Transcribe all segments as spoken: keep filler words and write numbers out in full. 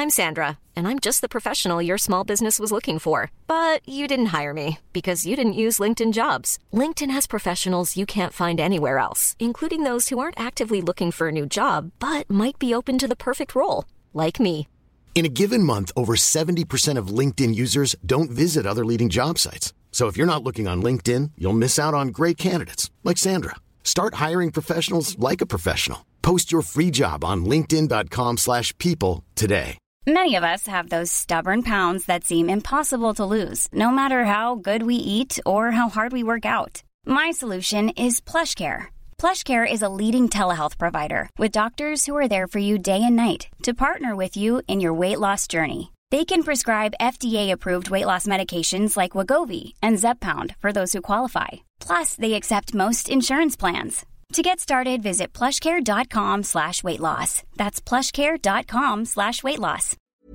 I'm Sandra, and I'm just the professional your small business was looking for. But you didn't hire me because you didn't use LinkedIn Jobs. LinkedIn has professionals you can't find anywhere else, including those who aren't actively looking for a new job, but might be open to the perfect role, like me. In a given month, over seventy percent of LinkedIn users don't visit other leading job sites. So if you're not looking on LinkedIn, you'll miss out on great candidates like Sandra. Start hiring professionals like a professional. Post your free job on linkedin.com slash people today. Many of us have those stubborn pounds that seem impossible to lose, no matter how good we eat or how hard we work out. My solution is PlushCare. PlushCare is a leading telehealth provider with doctors who are there for you day and night to partner with you in your weight loss journey. They can prescribe F D A-approved weight loss medications like Wegovy and Zepbound for those who qualify. Plus, they accept most insurance plans. To get started, visit plushcare.com slash weight loss. That's plushcare.com slash weight loss.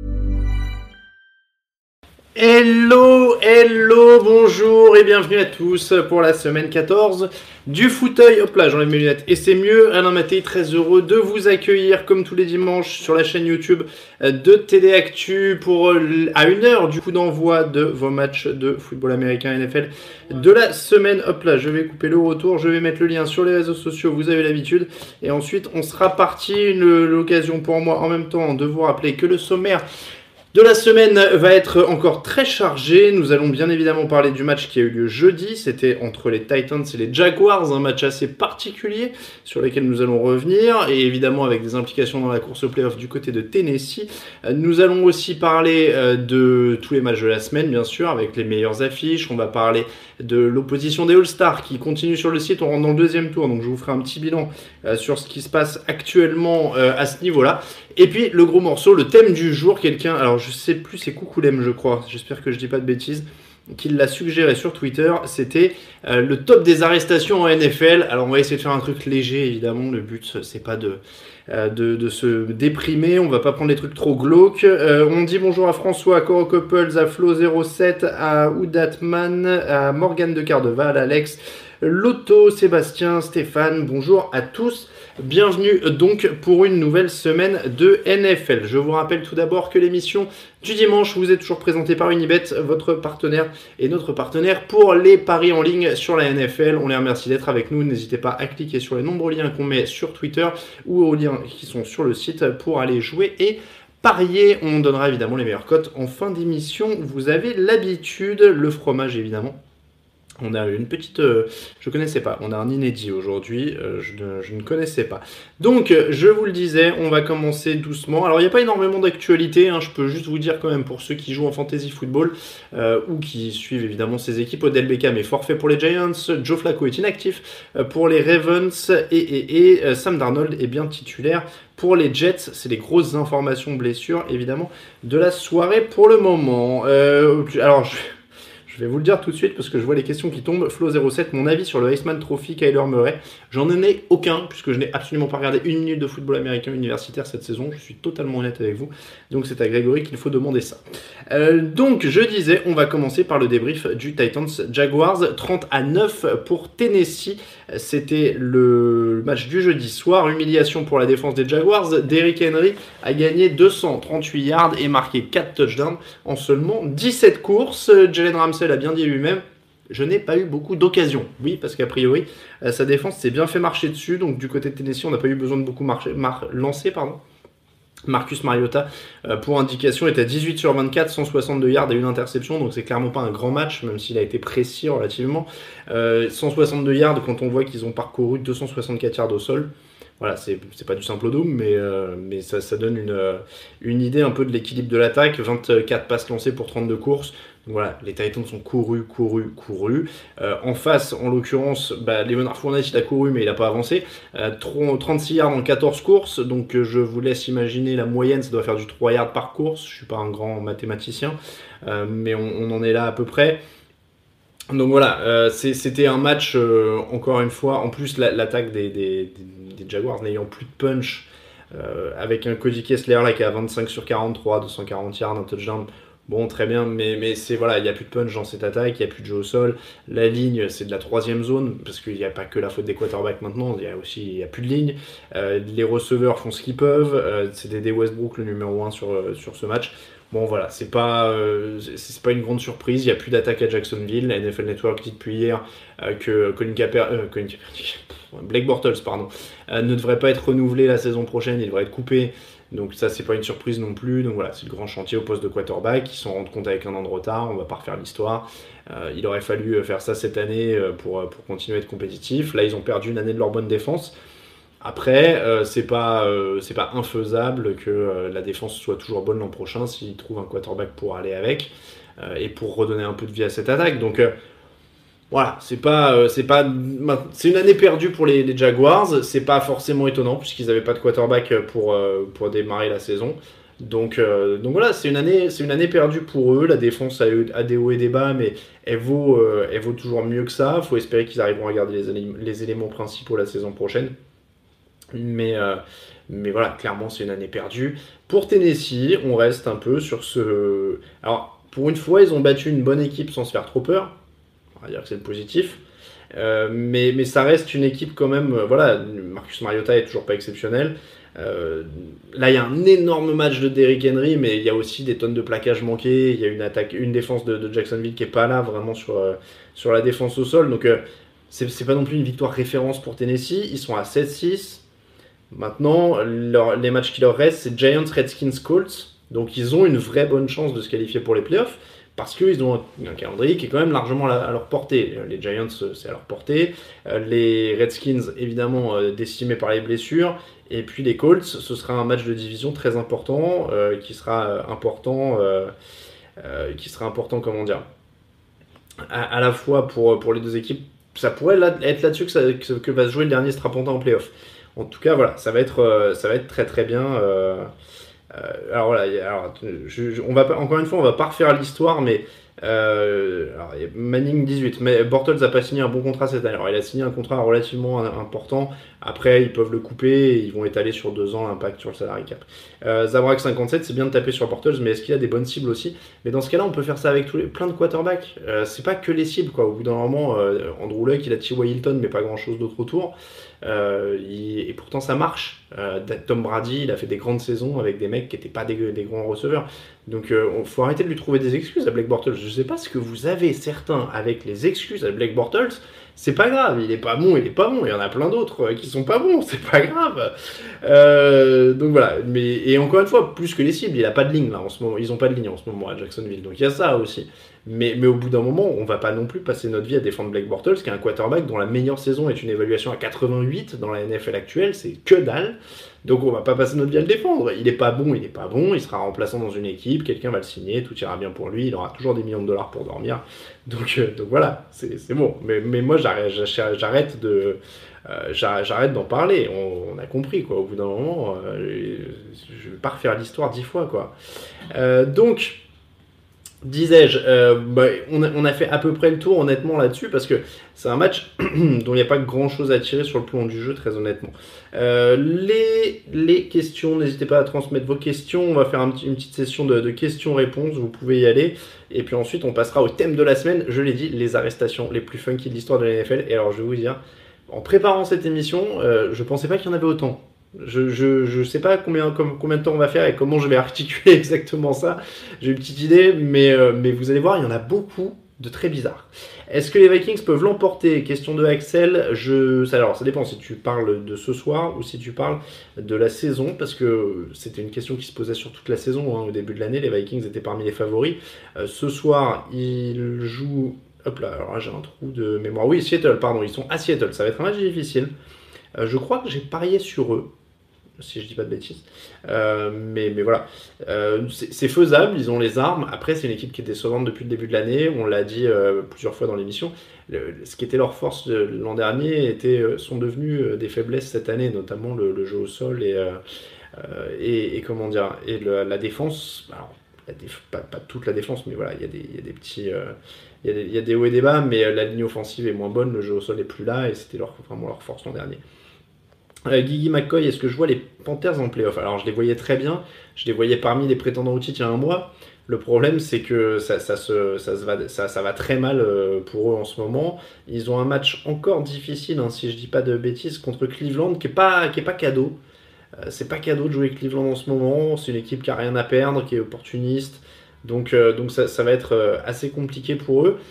Hello, hello, bonjour et bienvenue à tous pour la semaine quatorze du fauteuil. Hop là, j'enlève mes lunettes et c'est mieux. Alain Mattei, très heureux de vous accueillir comme tous les dimanches sur la chaîne YouTube de T D Actu pour à une heure du coup d'envoi de vos matchs de football américain N F L de la semaine. Hop là, je vais couper le retour, je vais mettre le lien sur les réseaux sociaux, vous avez l'habitude. Et ensuite, on sera parti. Une, l'occasion pour moi en même temps de vous rappeler que le sommaire de la semaine va être encore très chargé. Nous allons bien évidemment parler du match qui a eu lieu jeudi. C'était entre les Titans et les Jaguars, un match assez particulier sur lequel nous allons revenir et évidemment avec des implications dans la course au playoff du côté de Tennessee. Nous allons aussi parler de tous les matchs de la semaine, bien sûr, avec les meilleures affiches. On va parler de l'opposition des All-Stars qui continue sur le site. On rentre dans le deuxième tour, donc je vous ferai un petit bilan sur ce qui se passe actuellement à ce niveau-là. Et puis le gros morceau, le thème du jour, quelqu'un, alors je sais plus, c'est Coucoulem je crois, j'espère que je dis pas de bêtises, qui l'a suggéré sur Twitter, c'était euh, le top des arrestations en N F L. Alors on va essayer de faire un truc léger évidemment, le but c'est pas de, euh, de, de se déprimer, on va pas prendre des trucs trop glauques. Euh, on dit bonjour à François, à Coro Couples, à Flo zéro sept, à Oudatman, à Morgane de Cardeval, Alex, Lotto, Sébastien, Stéphane, bonjour à tous. Bienvenue donc pour une nouvelle semaine de N F L. Je vous rappelle tout d'abord que l'émission du dimanche vous est toujours présentée par Unibet, votre partenaire et notre partenaire pour les paris en ligne sur la N F L. On les remercie d'être avec nous. N'hésitez pas à cliquer sur les nombreux liens qu'on met sur Twitter ou aux liens qui sont sur le site pour aller jouer et parier. On donnera évidemment les meilleures cotes en fin d'émission. Vous avez l'habitude, le fromage évidemment. On a une petite... Euh, je connaissais pas. On a un inédit aujourd'hui. Euh, je, ne, je ne connaissais pas. Donc, je vous le disais, on va commencer doucement. Alors, il n'y a pas énormément d'actualité. Hein, je peux juste vous dire quand même, pour ceux qui jouent en fantasy football euh, ou qui suivent évidemment ces équipes, Odell Beckham est forfait pour les Giants. Joe Flacco est inactif euh, pour les Ravens. Et, et, et euh, Sam Darnold est bien titulaire pour les Jets. C'est les grosses informations blessures, évidemment, de la soirée pour le moment. Euh, alors, je... Je vais vous le dire tout de suite parce que je vois les questions qui tombent. Flo zéro sept, mon avis sur le Heisman Trophy Kyler Murray. J'en ai aucun puisque je n'ai absolument pas regardé une minute de football américain universitaire cette saison. Je suis totalement honnête avec vous. Donc c'est à Grégory qu'il faut demander ça. Euh, donc je disais, on va commencer par le débrief du Titans Jaguars. trente à neuf pour Tennessee. C'était le match du jeudi soir. Humiliation pour la défense des Jaguars. Derrick Henry a gagné deux cent trente-huit yards et marqué quatre touchdowns en seulement dix-sept courses. Jalen Ramsey l'a bien dit lui-même, je n'ai pas eu beaucoup d'occasions. Oui, parce qu'a priori, euh, sa défense s'est bien fait marcher dessus. Donc du côté de Tennessee, on n'a pas eu besoin de beaucoup marcher, mar- lancer. Pardon. Marcus Mariota, euh, pour indication, est à dix-huit sur vingt-quatre, cent soixante-deux yards et une interception. Donc c'est clairement pas un grand match, même s'il a été précis relativement. Euh, cent soixante-deux yards quand on voit qu'ils ont parcouru deux cent soixante-quatre yards au sol. Voilà, c'est, c'est pas du simple au double, mais, euh, mais ça, ça donne une, euh, une idée un peu de l'équilibre de l'attaque. vingt-quatre passes lancées pour trente-deux courses. Donc voilà, les Titans ont couru, couru, couru. Euh, en face, en l'occurrence, bah, Leonard Fournette, il a couru, mais il n'a pas avancé. Euh, trente-six yards en quatorze courses. Donc euh, je vous laisse imaginer la moyenne, ça doit faire du trois yards par course. Je suis pas un grand mathématicien, euh, mais on, on en est là à peu près. Donc voilà, euh, c'est, c'était un match, euh, encore une fois, en plus la, l'attaque des, des, des, des Jaguars n'ayant plus de punch, euh, avec un Cody Kessler là qui est à vingt-cinq sur quarante-trois, deux cent quarante yards, un touchdown. Bon, très bien, mais, mais c'est voilà, il n'y a plus de punch dans cette attaque, il n'y a plus de jeu au sol. La ligne, c'est de la troisième zone, parce qu'il n'y a pas que la faute des quarterbacks maintenant, il y a aussi il y a plus de ligne. Euh, les receveurs font ce qu'ils peuvent. Euh, c'est Dede Westbrook le numéro un sur, sur ce match. Bon, voilà, c'est pas, euh, c'est, c'est pas une grande surprise. Il n'y a plus d'attaque à Jacksonville. La N F L Network dit depuis hier euh, que Colin Kaepernick, euh, Colin Kaepernick, Blake Bortles, pardon, euh, ne devrait pas être renouvelé la saison prochaine. Il devrait être coupé. Donc ça, c'est pas une surprise non plus. Donc voilà, c'est le grand chantier au poste de quarterback. Ils s'en rendent compte avec un an de retard. On va pas refaire l'histoire. Euh, il aurait fallu faire ça cette année pour, pour continuer à être compétitif. Là, ils ont perdu une année de leur bonne défense. Après, euh, c'est pas, euh, c'est pas infaisable que euh, la défense soit toujours bonne l'an prochain s'ils trouvent un quarterback pour aller avec euh, et pour redonner un peu de vie à cette attaque. Donc euh, voilà, c'est pas, euh, c'est pas, c'est une année perdue pour les, les Jaguars. C'est pas forcément étonnant puisqu'ils n'avaient pas de quarterback pour euh, pour démarrer la saison. Donc euh, donc voilà, c'est une année, c'est une année perdue pour eux. La défense a, eu, a des hauts et des bas, mais elle vaut, euh, elle vaut toujours mieux que ça. Faut espérer qu'ils arriveront à garder les, éléments, les éléments principaux la saison prochaine. Mais, euh, mais voilà, clairement, c'est une année perdue. Pour Tennessee, on reste un peu sur ce... Alors, pour une fois, ils ont battu une bonne équipe sans se faire trop peur. On va dire que c'est le positif. Euh, mais, mais ça reste une équipe quand même... Euh, voilà, Marcus Mariota est toujours pas exceptionnel. Euh, là, il y a un énorme match de Derrick Henry, mais il y a aussi des tonnes de plaquages manqués. Il y a une attaque, une défense de, de Jacksonville qui est pas là, vraiment, sur, euh, sur la défense au sol. Donc, euh, c'est, c'est pas non plus une victoire référence pour Tennessee. Ils sont à sept six. Maintenant, leur, les matchs qui leur restent, c'est Giants, Redskins, Colts. Donc ils ont une vraie bonne chance de se qualifier pour les playoffs parce qu'ils ont un, un calendrier qui est quand même largement à, à leur portée. Les Giants, c'est à leur portée. Les Redskins, évidemment, décimés par les blessures. Et puis les Colts, ce sera un match de division très important euh, qui sera important, euh, euh, qui sera important, comment dire, à, à la fois pour, pour les deux équipes. Ça pourrait là, être là-dessus que, ça, que, que va se jouer le dernier strapontin en playoff. En tout cas, voilà, ça va être, euh, ça va être très très bien. Euh, euh, alors voilà, alors, je, je, on va pas, encore une fois, on va pas refaire l'histoire, mais euh, alors, Manning dix-huit, mais Bortles a pas signé un bon contrat cette année. Alors il a signé un contrat relativement important. Après, ils peuvent le couper, et ils vont étaler sur deux ans l'impact sur le salary cap. Euh, Zabrak cinquante-sept, c'est bien de taper sur Bortles, mais est-ce qu'il a des bonnes cibles aussi? Mais dans ce cas-là, on peut faire ça avec tous les, plein de quarterbacks. Euh, c'est pas que les cibles, quoi. Au bout d'un moment, euh, Andrew Luck, il a T Y Hilton, mais pas grand-chose d'autre autour. Euh, il, et pourtant ça marche. Euh, Tom Brady, il a fait des grandes saisons avec des mecs qui n'étaient pas des, des grands receveurs. Donc il euh, faut arrêter de lui trouver des excuses à Blake Bortles. Je sais pas ce que vous avez certains avec les excuses à Blake Bortles. C'est pas grave, il est pas bon, il est pas bon. Il y en a plein d'autres qui sont pas bons, c'est pas grave. Euh, donc voilà. Mais et encore une fois, plus que les cibles, il a pas de ligne là en ce moment. Ils ont pas de ligne en ce moment à Jacksonville. Donc il y a ça aussi. Mais, mais au bout d'un moment, on va pas non plus passer notre vie à défendre Blake Bortles, qui est un quarterback dont la meilleure saison est une évaluation à quatre-vingt-huit dans la N F L actuelle, c'est que dalle. Donc on va pas passer notre vie à le défendre. Il est pas bon, il est pas bon, il sera remplaçant dans une équipe, quelqu'un va le signer, tout ira bien pour lui, il aura toujours des millions de dollars pour dormir. Donc, euh, donc voilà, c'est, c'est bon. Mais, mais moi j'arrête, j'arrête de... Euh, j'arrête d'en parler, on, on a compris quoi, au bout d'un moment, euh, je vais pas refaire l'histoire dix fois quoi. Euh, donc... Disais-je, euh, bah, on, a, on a fait à peu près le tour honnêtement là-dessus parce que c'est un match dont il n'y a pas grand chose à tirer sur le plan du jeu très honnêtement. Euh, les, les questions, n'hésitez pas à transmettre vos questions, on va faire un petit, une petite session de, de questions-réponses, vous pouvez y aller. Et puis ensuite on passera au thème de la semaine, je l'ai dit, les arrestations les plus funky de l'histoire de la N F L. Et alors je vais vous dire, en préparant cette émission, euh, je pensais pas qu'il y en avait autant. Je, je, je sais pas combien, combien de temps on va faire et comment je vais articuler exactement ça. J'ai une petite idée, mais, euh, mais vous allez voir, il y en a beaucoup de très bizarres. Est-ce que les Vikings peuvent l'emporter? Question de Axel. Je, alors, ça dépend si tu parles de ce soir ou si tu parles de la saison, parce que c'était une question qui se posait sur toute la saison. Hein, au début de l'année, les Vikings étaient parmi les favoris. Euh, ce soir, ils jouent... Hop là, alors là, j'ai un trou de mémoire. Oui, Seattle, pardon, ils sont à Seattle. Ça va être un match difficile. Euh, je crois que j'ai parié sur eux, si je dis pas de bêtises, euh, mais, mais voilà, euh, c'est, c'est faisable, ils ont les armes. Après, c'est une équipe qui est décevante depuis le début de l'année, on l'a dit euh, plusieurs fois dans l'émission. Le, ce qui était leur force de, l'an dernier était, sont devenus des faiblesses cette année, notamment le, le jeu au sol et, euh, et, et comment dire, et le, la défense. Alors, la déf, pas, pas toute la défense, mais voilà, il y a des, il y a des petits, euh, il y a des, il y a des hauts et des bas, mais la ligne offensive est moins bonne, le jeu au sol est plus là, et c'était leur, vraiment leur force l'an dernier. Euh, Guigui McCoy, est-ce que je vois les Panthers en playoff? Alors, je les voyais très bien. Je les voyais parmi les prétendants au titre il y a un mois. Le problème, c'est que ça, ça, se, ça, se va, ça, ça va très mal pour eux en ce moment. Ils ont un match encore difficile, hein, si je dis pas de bêtises, contre Cleveland, qui est pas, qui est pas cadeau. Euh, c'est pas cadeau de jouer Cleveland en ce moment. C'est une équipe qui a rien à perdre, qui est opportuniste. Donc, euh, donc ça, ça va être assez compliqué pour eux.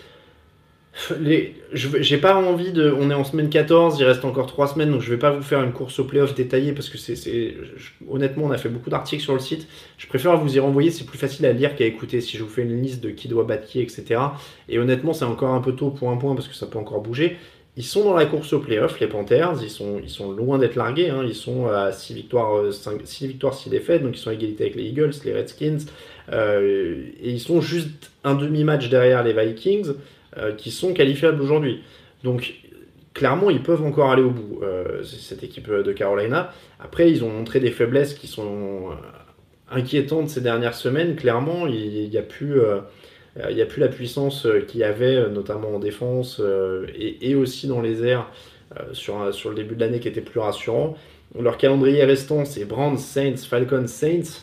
Les, je, j'ai pas envie de. On est en semaine quatorze, il reste encore trois semaines, donc je vais pas vous faire une course au playoff détaillée parce que c'est, c'est je, honnêtement, on a fait beaucoup d'articles sur le site. Je préfère vous y renvoyer, c'est plus facile à lire qu'à écouter si je vous fais une liste de qui doit battre qui, et cetera. Et honnêtement, c'est encore un peu tôt pour un point parce que ça peut encore bouger. Ils sont dans la course au playoff, les Panthers, ils sont, ils sont loin d'être largués, hein. Ils sont à six victoires, cinq, six victoires, six défaites, donc ils sont à égalité avec les Eagles, les Redskins, euh, et ils sont juste un demi-match derrière les Vikings. Euh, qui sont qualifiables aujourd'hui. Donc, clairement, ils peuvent encore aller au bout, euh, cette équipe de Carolina. Après, ils ont montré des faiblesses qui sont euh, inquiétantes ces dernières semaines. Clairement, il n'y a plus... Euh, il n'y a plus la puissance qu'il y avait, notamment en défense euh, et, et aussi dans les airs euh, sur, sur le début de l'année qui était plus rassurant. Leur calendrier restant, c'est Browns, Saints, Falcons, Saints.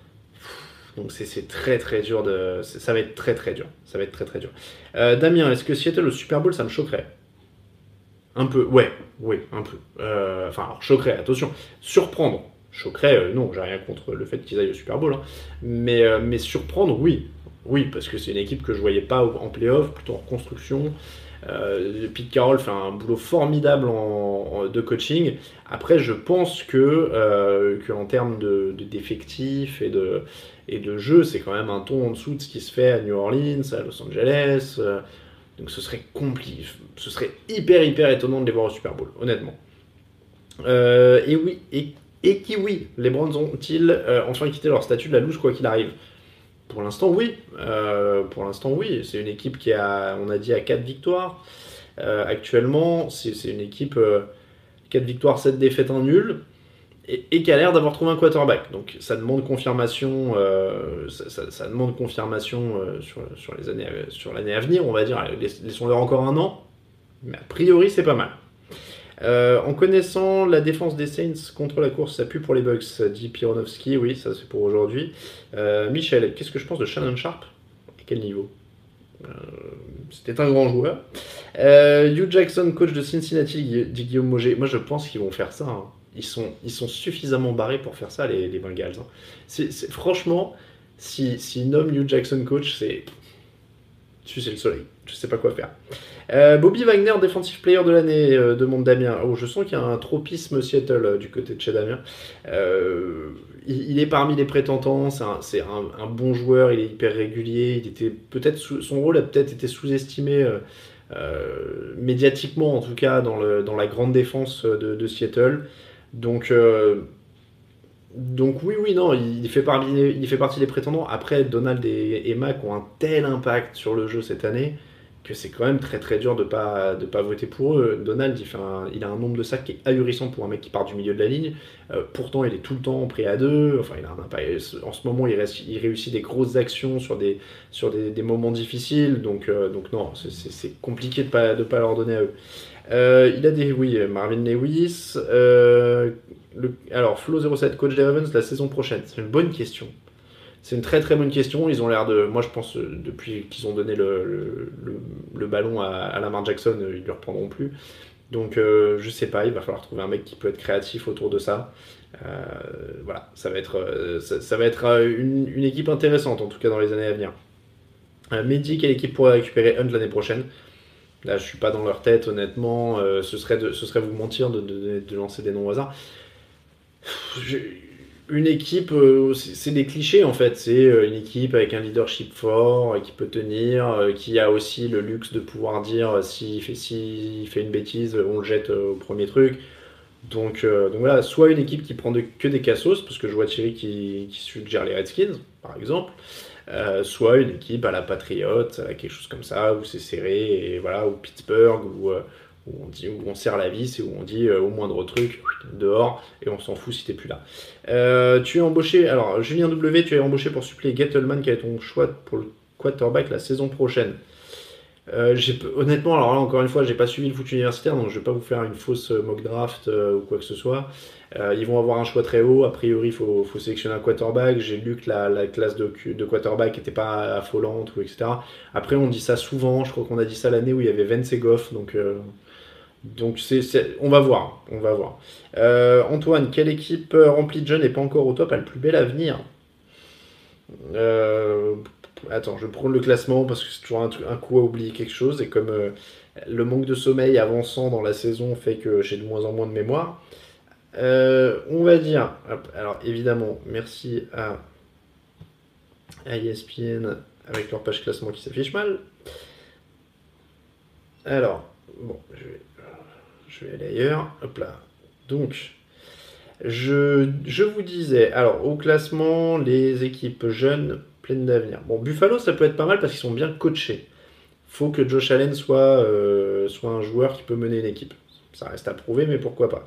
Donc c'est, c'est très très dur de... C'est, ça va être très très dur. Ça va être très très dur. Euh, Damien, est-ce que Seattle au Super Bowl, ça me choquerait? Un peu, ouais, oui, un peu. Euh, enfin, alors, choquerait, attention. Surprendre, choquerait, euh, non, j'ai rien contre le fait qu'ils aillent au Super Bowl. Hein. Mais, euh, mais surprendre, oui. Oui, parce que c'est une équipe que je voyais pas en play-off, plutôt en reconstruction. Euh, Pete Carroll fait un boulot formidable en, en, de coaching. Après, je pense que, euh, que en termes de, de, d'effectifs et de, et de jeu, c'est quand même un ton en dessous de ce qui se fait à New Orleans, à Los Angeles. Euh, donc ce serait compliqué. Ce serait hyper, hyper étonnant de les voir au Super Bowl, honnêtement. Euh, et oui, et, et qui oui, les Browns ont-ils euh, enfin quitté leur statut de la loose quoi qu'il arrive? Pour l'instant, oui. Euh, pour l'instant, oui. C'est une équipe qui a, on a dit, à quatre victoires. Euh, actuellement, c'est, c'est une équipe euh, quatre victoires, sept défaites, un nul. Et, et qui a l'air d'avoir trouvé un quarterback. Donc, ça demande confirmation, euh, ça, ça, ça demande confirmation euh, sur, sur, les années, sur l'année à venir, on va dire. Laissons-leur encore un an. Mais a priori, c'est pas mal. Euh, en connaissant la défense des Saints contre la course, ça pue pour les Bucks, dit Pironovski. Oui, ça c'est pour aujourd'hui. Euh, Michel, qu'est-ce que je pense de Shannon Sharp? À quel niveau? euh, C'était un grand joueur. Euh, Hugh Jackson, coach de Cincinnati, dit Guillaume Moget. Moi je pense qu'ils vont faire ça. Hein. Ils, sont, ils sont suffisamment barrés pour faire ça, les, les Bengals. Hein. C'est, c'est, franchement, si, si nomment Hugh Jackson coach, c'est... c'est le soleil. Je sais pas quoi faire. Euh, Bobby Wagner, Defensive Player de l'année, euh, demande Damien. Oh, je sens qu'il y a un tropisme Seattle euh, du côté de chez Damien. Euh, il, il est parmi les prétendants, c'est, un, c'est un, un bon joueur, il est hyper régulier. Il était peut-être sous, son rôle a peut-être été sous-estimé euh, euh, médiatiquement, en tout cas dans, le, dans la grande défense de, de Seattle. Donc, euh, donc oui, oui, non, il fait, parmi, il fait partie des prétendants. Après, Donald et, et Mac ont un tel impact sur le jeu cette année que c'est quand même très très dur de pas de pas voter pour eux. Donald, il, fait un, il a un nombre de sacs qui est ahurissant pour un mec qui part du milieu de la ligne. Euh, pourtant, il est tout le temps pris à deux. Enfin, il a un impact. En ce moment, il, reste, il réussit des grosses actions sur des sur des, des moments difficiles. Donc euh, donc non, c'est, c'est, c'est compliqué de pas de pas leur donner à eux. Euh, il a des oui, Marvin Lewis. Euh, le, alors Flo zéro sept, coach des Ravens la saison prochaine. C'est une bonne question. C'est une très très bonne question. Ils ont l'air de... Moi je pense depuis qu'ils ont donné le, le, le, le ballon à, à Lamar Jackson, ils ne le reprendront plus. Donc euh, je sais pas, il va falloir trouver un mec qui peut être créatif autour de ça. Euh, voilà, ça va être, ça, ça va être une, une équipe intéressante en tout cas dans les années à venir. Euh, Mehdi, quelle équipe pourrait récupérer Hunt l'année prochaine? Là je suis pas dans leur tête honnêtement. Euh, ce, serait de, ce serait vous mentir de, de, de lancer des noms au hasard. Je... Une équipe, euh, c'est, c'est des clichés en fait, c'est euh, une équipe avec un leadership fort, euh, qui peut tenir, euh, qui a aussi le luxe de pouvoir dire euh, s'il fait, s'il fait une bêtise, on le jette euh, au premier truc. Donc, euh, donc voilà, soit une équipe qui prend de, que des cassos, parce que je vois Thierry qui, qui suggère les Redskins, par exemple, euh, soit une équipe à la Patriot, à quelque chose comme ça, où c'est serré, et voilà, ou Pittsburgh, ou... Euh, où on, dit, où on serre la vis et où on dit euh, au moindre truc, dehors, et on s'en fout si t'es plus là. Euh, tu es embauché, alors Julien W, tu es embauché pour suppléer Gettleman, quel est ton choix pour le quarterback la saison prochaine? Euh, j'ai, honnêtement, alors là, encore une fois, j'ai pas suivi le foot universitaire, donc je vais pas vous faire une fausse mock draft euh, ou quoi que ce soit. Euh, ils vont avoir un choix très haut. A priori, il faut, faut sélectionner un quarterback. J'ai lu que la, la classe de, de quarterback était pas affolante, ou et cetera. Après, on dit ça souvent. Je crois qu'on a dit ça l'année où il y avait Vance et Goff, donc. Euh, Donc c'est, c'est, on va voir, on va voir. Euh, Antoine, quelle équipe remplie de jeunes n'est pas encore au top a le plus bel avenir? euh, Attends, je vais prendre le classement parce que c'est toujours un, un coup à oublier quelque chose et comme euh, le manque de sommeil avançant dans la saison fait que j'ai de moins en moins de mémoire. Euh, on va dire, alors évidemment, merci à, à E S P N avec leur page classement qui s'affiche mal. Alors, bon, je vais. Je vais aller ailleurs. Hop là. Donc, je, je vous disais, alors au classement, les équipes jeunes pleines d'avenir. Bon, Buffalo, ça peut être pas mal parce qu'ils sont bien coachés. Faut que Josh Allen soit, euh, soit un joueur qui peut mener une équipe. Ça reste à prouver, mais pourquoi pas.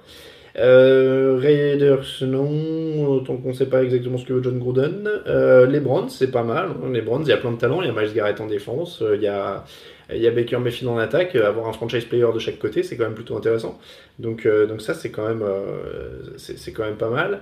Euh, Raiders, non, tant qu'on ne sait pas exactement ce que veut John Gruden. Euh, les Browns, c'est pas mal. Les Browns, il y a plein de talents. Il y a Myles Garrett en défense. Il y a, il y a Baker Mayfield en attaque. Avoir un franchise player de chaque côté, c'est quand même plutôt intéressant. Donc, euh, donc ça, c'est quand même, euh, c'est, c'est quand même pas mal.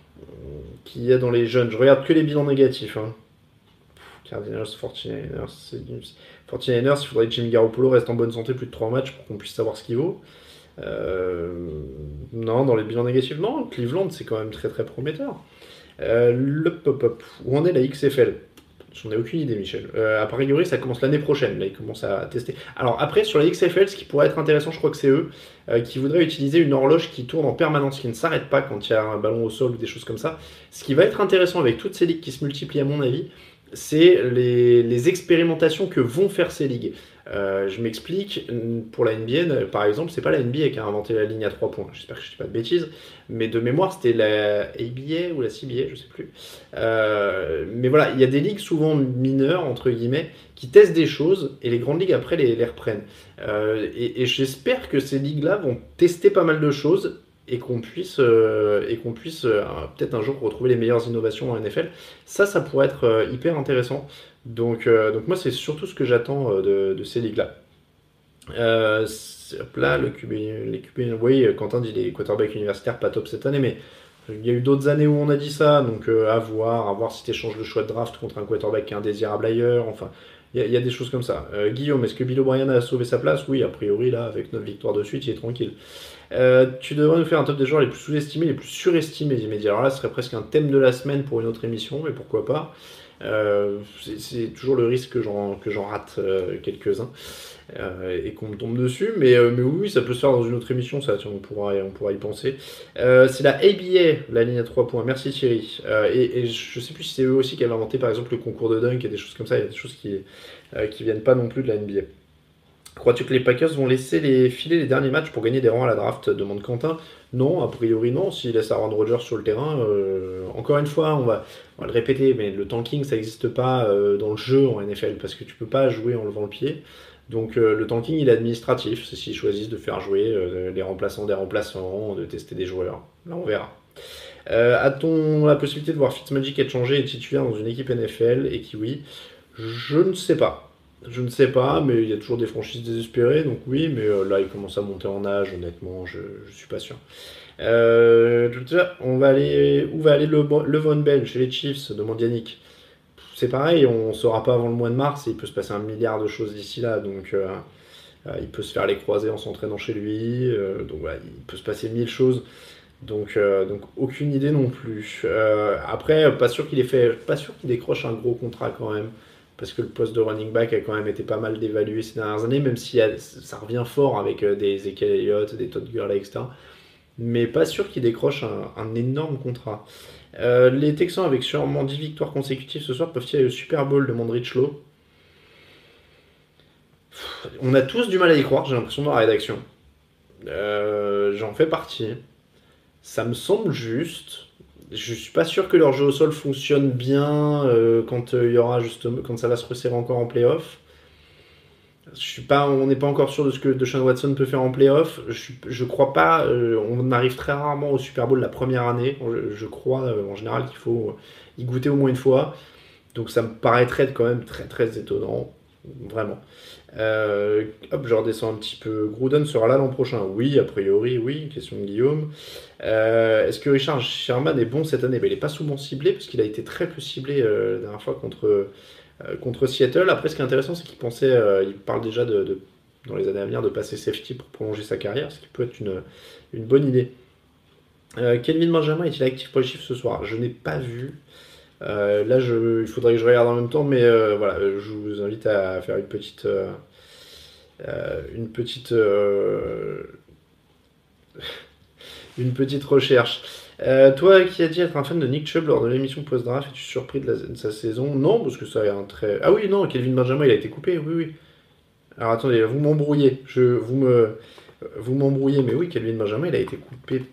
Qu'il y a dans les jeunes, je regarde que les bilans négatifs. Hein. Cardinals, forty-niners, forty-niners, il faudrait que Jimmy Garoppolo reste en bonne santé plus de trois matchs pour qu'on puisse savoir ce qu'il vaut. Euh, non, dans les bilans négatifs, non. Cleveland, c'est quand même très très prometteur. Euh, le pop-up, où en est la X F L? J'en ai aucune idée, Michel. Euh, a priori, ça commence l'année prochaine. Là, ils commencent à tester. Alors après, sur la X F L, ce qui pourrait être intéressant, je crois que c'est eux euh, qui voudraient utiliser une horloge qui tourne en permanence, qui ne s'arrête pas quand il y a un ballon au sol ou des choses comme ça. Ce qui va être intéressant avec toutes ces ligues qui se multiplient, à mon avis, c'est les, les expérimentations que vont faire ces ligues. Euh, je m'explique, pour la N B A, par exemple, c'est pas la N B A qui a inventé la ligne à trois points. J'espère que je dis pas de bêtises, mais de mémoire, c'était la A B A ou la C B A, je sais plus. Euh, mais voilà, il y a des ligues souvent mineures, entre guillemets, qui testent des choses et les grandes ligues après les, les reprennent. Euh, et, et j'espère que ces ligues-là vont tester pas mal de choses et qu'on puisse, euh, et qu'on puisse euh, peut-être un jour retrouver les meilleures innovations en N F L. Ça, ça pourrait être euh, hyper intéressant. Donc, euh, donc moi, c'est surtout ce que j'attends euh, de, de ces ligues-là. Euh, là, le Q B, les Q B, oui, Quentin dit les quarterbacks universitaires pas top cette année, mais il y a eu d'autres années où on a dit ça, donc euh, à voir, à voir si tu échanges le choix de draft contre un quarterback qui est indésirable ailleurs, enfin, il y, y a des choses comme ça. Euh, Guillaume, est-ce que Bill O'Brien a sauvé sa place? Oui, a priori, là, avec neuf victoires de suite, il est tranquille. Euh, tu devrais nous faire un top des joueurs les plus sous-estimés, les plus surestimés, dit Mehdi. Alors là, ce serait presque un thème de la semaine pour une autre émission, mais pourquoi pas. Euh, c'est, c'est toujours le risque que j'en, que j'en rate euh, quelques-uns euh, et qu'on me tombe dessus, mais, euh, mais oui, ça peut se faire dans une autre émission, ça, tiens, on pourra, on pourra y penser. Euh, c'est la A B A, la ligne à trois points, merci Thierry. Euh, et, et je sais plus si c'est eux aussi qui avaient inventé par exemple le concours de dunk et des choses comme ça, il y a des choses qui, euh, qui viennent pas non plus de la N B A. Crois-tu que les Packers vont laisser les filer les derniers matchs pour gagner des rangs à la draft? Demande Quentin. Non, a priori non. S'ils laissent Aaron Rodgers sur le terrain, euh, encore une fois, on va, on va le répéter, mais le tanking, ça n'existe pas euh, dans le jeu en N F L parce que tu peux pas jouer en levant le pied. Donc euh, le tanking, il est administratif. C'est s'ils choisissent de faire jouer euh, les remplaçants des remplaçants, de tester des joueurs. Là, on verra. Euh, a-t-on la possibilité de voir Fitzmagic être changé et titulaire dans une équipe N F L? Et qui oui, je ne sais pas. Je ne sais pas, mais il y a toujours des franchises désespérées, donc oui, mais euh, là, il commence à monter en âge, honnêtement, je ne suis pas sûr. Euh, on va aller, où va aller le, le Von Bell chez les Chiefs? Demande Yannick. C'est pareil, on ne saura pas avant le mois de mars, et il peut se passer un milliard de choses d'ici là, donc euh, euh, il peut se faire les croisés en s'entraînant chez lui, euh, donc voilà, il peut se passer mille choses. Donc, euh, donc aucune idée non plus. Euh, après, pas sûr qu'il ait fait, pas sûr qu'il décroche un gros contrat quand même. Parce que le poste de running back a quand même été pas mal dévalué ces dernières années, même si ça revient fort avec des Ezekiel Elliott, des Todd Gurley, et cetera. Mais pas sûr qu'il décroche un, un énorme contrat. Euh, les Texans, avec sûrement dix victoires consécutives ce soir, peuvent-ils aller au Super Bowl? Demande Richlow. On a tous du mal à y croire, j'ai l'impression, dans la rédaction. Euh, j'en fais partie. Ça me semble juste... Je suis pas sûr que leur jeu au sol fonctionne bien euh, quand euh, il y aura justement quand ça va se resserrer encore en playoff. Je suis pas, on n'est pas encore sûr de ce que Deshaun Watson peut faire en playoff. Je, je crois pas. Euh, on arrive très rarement au Super Bowl la première année. Je, je crois euh, en général qu'il faut y goûter au moins une fois. Donc ça me paraîtrait quand même très très étonnant. Vraiment. Euh, hop, je redescends un petit peu. Gruden sera là l'an prochain? Oui, a priori, oui. Question de Guillaume. Euh, est-ce que Richard Sherman est bon cette année? Ben, il n'est pas souvent ciblé, parce qu'il a été très peu ciblé euh, la dernière fois contre, euh, contre Seattle. Après, ce qui est intéressant, c'est qu'il pensait, euh, il parle déjà de, de, dans les années à venir, de passer safety pour prolonger sa carrière, ce qui peut être une, une bonne idée. Euh, Kelvin Benjamin est-il actif pour les Chiefs ce soir? Je n'ai pas vu. Euh, là, je, il faudrait que je regarde en même temps, mais euh, voilà, je vous invite à faire une petite, euh, euh, une petite, euh, une petite recherche. Euh, toi, qui as dit être un fan de Nick Chubb lors de l'émission post-draft, es-tu surpris de, la, de sa saison? Non, parce que ça a un très. Ah oui, non, Kelvin Benjamin, il a été coupé. Oui, oui. Alors attendez, vous m'embrouillez. Je, vous me, vous m'embrouillez, mais oui, Kelvin Benjamin, il a été coupé.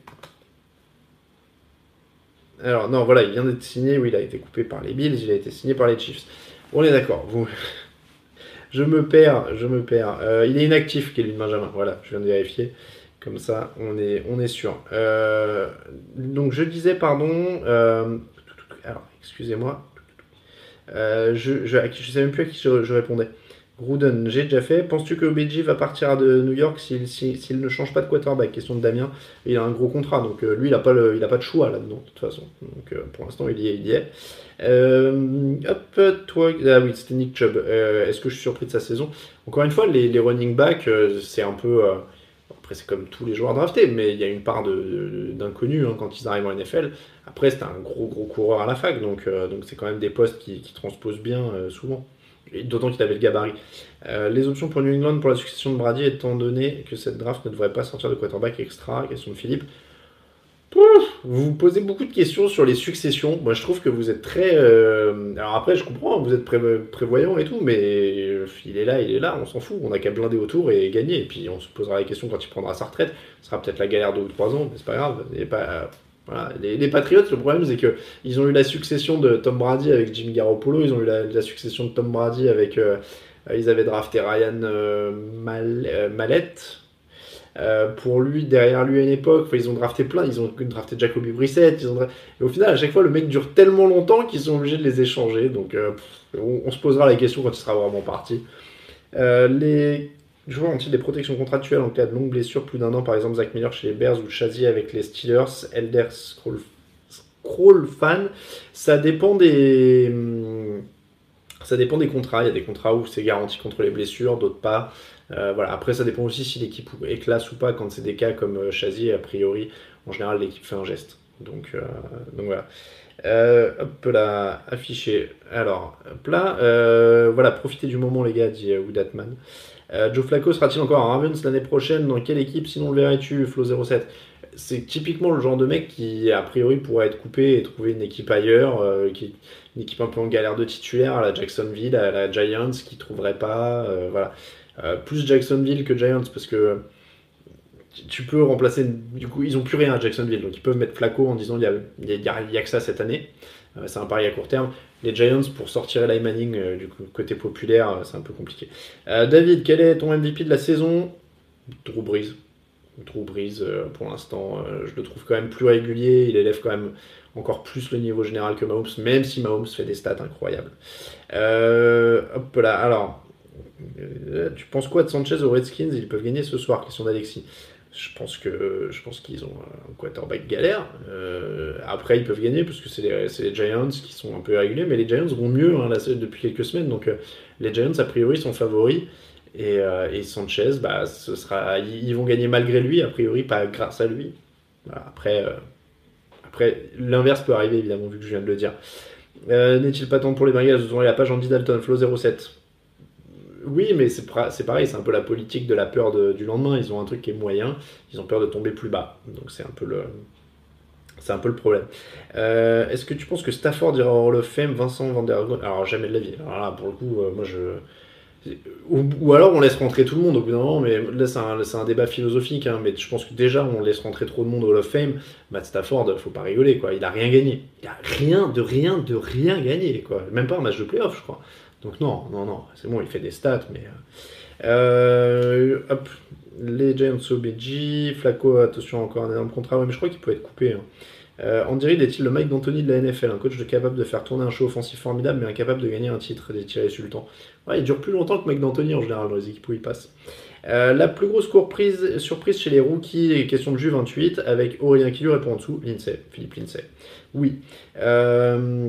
Alors, non, voilà, il vient d'être signé, oui, il a été coupé par les Bills, il a été signé par les Chiefs. On est d'accord, vous... je me perds, je me perds. Euh, il est inactif, Kelvin Benjamin, voilà, je viens de vérifier. Comme ça, on est, on est sûr. Euh, donc, je disais, pardon... Euh, alors, excusez-moi. Euh, je je ne sais même plus à qui je, je répondais. Gruden, j'ai déjà fait. Penses-tu que O B J va partir de New York s'il, s'il, s'il ne change pas de quarterback? Question de Damien. Il a un gros contrat, donc euh, lui, il n'a pas, le, il a pas de choix là-dedans, de toute façon. Donc euh, pour l'instant, il y est. Il y est. Euh, hop, toi. Ah oui, c'était Nick Chubb. Euh, est-ce que je suis surpris de sa saison? Encore une fois, les, les running backs, euh, c'est un peu. Euh, après, c'est comme tous les joueurs draftés, mais il y a une part de, de, d'inconnu hein, quand ils arrivent en N F L. Après, c'est un gros, gros coureur à la fac, donc euh, donc c'est quand même des postes qui, qui transposent bien euh, souvent. Et d'autant qu'il avait le gabarit. Euh, les options pour New England pour la succession de Brady, étant donné que cette draft ne devrait pas sortir de quarterback extra. Question de Philippe. Pouf, vous vous posez beaucoup de questions sur les successions. Moi, je trouve que vous êtes très... Euh... Alors après, je comprends, vous êtes pré- prévoyant et tout, mais il est là, il est là, on s'en fout. On n'a qu'à blinder autour et gagner. Et puis, on se posera la question quand il prendra sa retraite. Ce sera peut-être la galère deux ou trois ans, mais c'est pas grave. Il n'est pas... Voilà. Les, les Patriots, le problème, c'est qu'ils ont eu la succession de Tom Brady avec Jimmy Garoppolo, ils ont eu la, la succession de Tom Brady avec... Euh, ils avaient drafté Ryan euh, Mal, euh, Mallett. Euh, pour lui, derrière lui à une époque, enfin, ils ont drafté plein, ils ont drafté Jacoby Brissett, ils ont drafté... et au final, à chaque fois, le mec dure tellement longtemps qu'ils sont obligés de les échanger. Donc, euh, pff, on, on se posera la question quand il sera vraiment parti. Euh, les... joueurs ont-ils des protections contractuelles en cas de longue blessure, plus d'un an, par exemple Zach Miller chez les Bears ou Chazier avec les Steelers, Elder Scroll, Scroll fan. Ça dépend des, ça dépend des contrats. Il y a des contrats où c'est garanti contre les blessures, d'autres pas. Euh, voilà. Après, ça dépend aussi si l'équipe est classe ou pas. Quand c'est des cas comme Chazier, a priori, en général, l'équipe fait un geste. Donc, euh, donc voilà. Euh, hop là, affiché. Alors, hop là, euh, voilà, profitez du moment, les gars, dit euh, Woodatman. Euh, Joe Flacco sera-t-il encore à Ravens l'année prochaine? Dans quelle équipe sinon le verrais-tu, Flo zéro sept? C'est typiquement le genre de mec qui, a priori, pourrait être coupé et trouver une équipe ailleurs, euh, qui, une équipe un peu en galère de titulaire, à la Jacksonville, à la Giants, qui trouverait pas. Euh, voilà. Euh, plus Jacksonville que Giants, parce que tu peux remplacer. Du coup, ils n'ont plus rien à Jacksonville, donc ils peuvent mettre Flacco en disant il n'y a, a, a, a que ça cette année. Euh, c'est un pari à court terme. Les Giants, pour sortir Eli Manning euh, du côté populaire, euh, c'est un peu compliqué. Euh, David, quel est ton M V P de la saison? Drew Brees. Drew Brees, euh, pour l'instant, euh, je le trouve quand même plus régulier. Il élève quand même encore plus le niveau général que Mahomes, même si Mahomes fait des stats incroyables. Euh, hop là, alors, euh, tu penses quoi de Sanchez aux Redskins? Ils peuvent gagner ce soir, question d'Alexis. Je pense que je pense qu'ils ont un quarterback galère. Euh, après, ils peuvent gagner parce que c'est les, c'est les Giants qui sont un peu irréguliers, mais les Giants vont mieux hein, là, depuis quelques semaines. Donc, euh, les Giants, a priori, sont favoris. Et, euh, et Sanchez, bah, ce sera, ils vont gagner malgré lui, a priori, pas grâce à lui. Voilà, après, euh, après, l'inverse peut arriver, évidemment, vu que je viens de le dire. Euh, n'est-il pas temps pour les Bengals de tourner la page Andy Dalton, Flo zéro sept? Oui, mais c'est, pra- c'est pareil, c'est un peu la politique de la peur de, du lendemain. Ils ont un truc qui est moyen, ils ont peur de tomber plus bas. Donc c'est un peu le, c'est un peu le problème. Euh, est-ce que tu penses que Stafford ira au Hall of Fame, Vincent Van Der Gogh? Alors jamais de la vie. Alors là, pour le coup, euh, moi je... Ou, ou alors on laisse rentrer tout le monde au bout d'un moment, mais là c'est un, c'est un débat philosophique, hein, mais je pense que déjà on laisse rentrer trop de monde au Hall of Fame. Matt Stafford, faut pas rigoler, quoi. Il a rien gagné. Il a rien, de rien, de rien gagné, quoi. Même pas un match de playoff, je crois. Donc non, non, non, c'est bon, il fait des stats, mais... Euh, hop, les Giants O B J, Flacco, attention, encore un énorme contrat, ouais, mais je crois qu'il peut être coupé. Hein. Euh, Andy Reid est-il le Mike D'Antoni de la N F L, un coach capable de faire tourner un show offensif formidable mais incapable de gagner un titre, des tirs insultants. Ouais, il dure plus longtemps que Mike D'Antoni en général dans les équipes où il passe. Euh, la plus grosse surprise, surprise chez les rookies, question de Jus vingt-huit, avec Aurélien qui lui répond en dessous, Lindsay, Philippe Lindsay. Oui. Euh...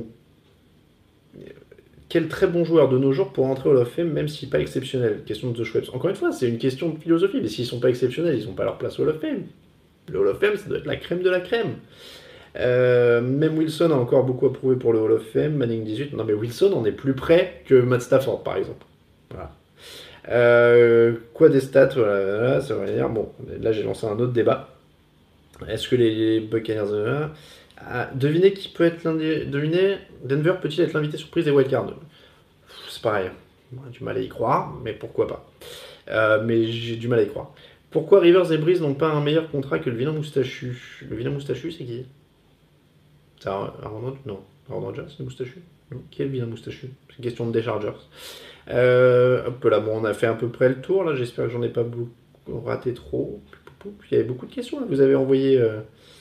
Quel très bon joueur de nos jours pour entrer au Hall of Fame, même s'il n'est pas exceptionnel. Question de The Schweppes. Encore une fois, c'est une question de philosophie, mais s'ils ne sont pas exceptionnels, ils n'ont pas leur place au Hall of Fame. Le Hall of Fame, ça doit être la crème de la crème. Euh, même Wilson a encore beaucoup à prouver pour le Hall of Fame. Manning dix-huit. Non, mais Wilson en est plus près que Matt Stafford, par exemple. Voilà. Euh, quoi des stats, voilà, voilà, ça va dire. Bon, là j'ai lancé un autre débat. Est-ce que les Buccaneers, euh, ah, devinez qui peut être l'un des, devinez Denver peut-il être l'invité surprise des wildcards? C'est pareil, j'ai du mal à y croire, mais pourquoi pas. Euh, mais j'ai du mal à y croire. Pourquoi Rivers et Breeze n'ont pas un meilleur contrat que le vilain moustachu? Le vilain moustachu, c'est qui? C'est Aaron Rodgers? Non, Aaron Rodgers, c'est le moustachu? Non. Qui est le vilain moustachu? C'est une question de Chargers. Euh, hop là, bon, on a fait à peu près le tour, là, j'espère que j'en ai pas beaucoup raté trop. Il y avait beaucoup de questions, là, vous avez envoyé... Euh...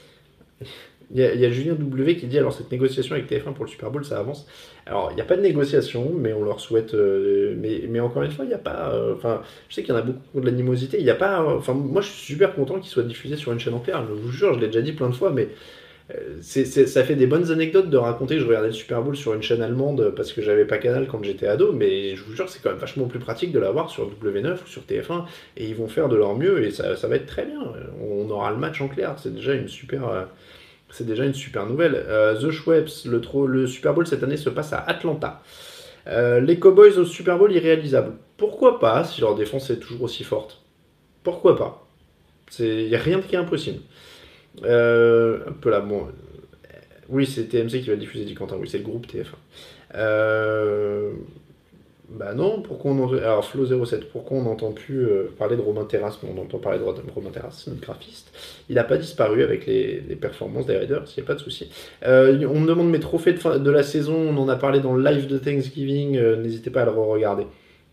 Il y, a, il y a Julien W qui dit, alors cette négociation avec T F un pour le Super Bowl, ça avance. Alors, il n'y a pas de négociation, mais on leur souhaite... Euh, mais, mais encore une fois, il n'y a pas... Enfin, euh, je sais qu'il y en a beaucoup de l'animosité, il n'y a pas... Enfin, euh, moi, je suis super content qu'il soit diffusé sur une chaîne entière, je vous jure, je l'ai déjà dit plein de fois, mais... C'est, c'est, ça fait des bonnes anecdotes de raconter que je regardais le Super Bowl sur une chaîne allemande parce que j'avais pas Canal quand j'étais ado, mais je vous jure c'est quand même vachement plus pratique de l'avoir sur W neuf ou sur T F un, et ils vont faire de leur mieux et ça, ça va être très bien. On aura le match en clair, c'est déjà une super, euh, c'est déjà une super nouvelle. Euh, The Schweppes, le, tro- le Super Bowl cette année se passe à Atlanta. Euh, les Cowboys au Super Bowl irréalisable. Pourquoi pas si leur défense est toujours aussi forte? Pourquoi pas? Il n'y a rien qui est impossible. Euh, un peu là, bon, oui, c'est T M C qui va diffuser, dit Quentin. Oui, c'est le groupe T F un. Euh, bah non, pourquoi on entend... Alors, Flo zéro sept, pourquoi on n'entend plus euh, parler de Romain Terrasse? On entend parler de Romain Terrasse, c'est notre graphiste. Il n'a pas disparu avec les, les performances des Raiders, il n'y a pas de souci. Euh, on me demande mes trophées de, fin, de la saison, on en a parlé dans le live de Thanksgiving, euh, n'hésitez pas à le re-regarder.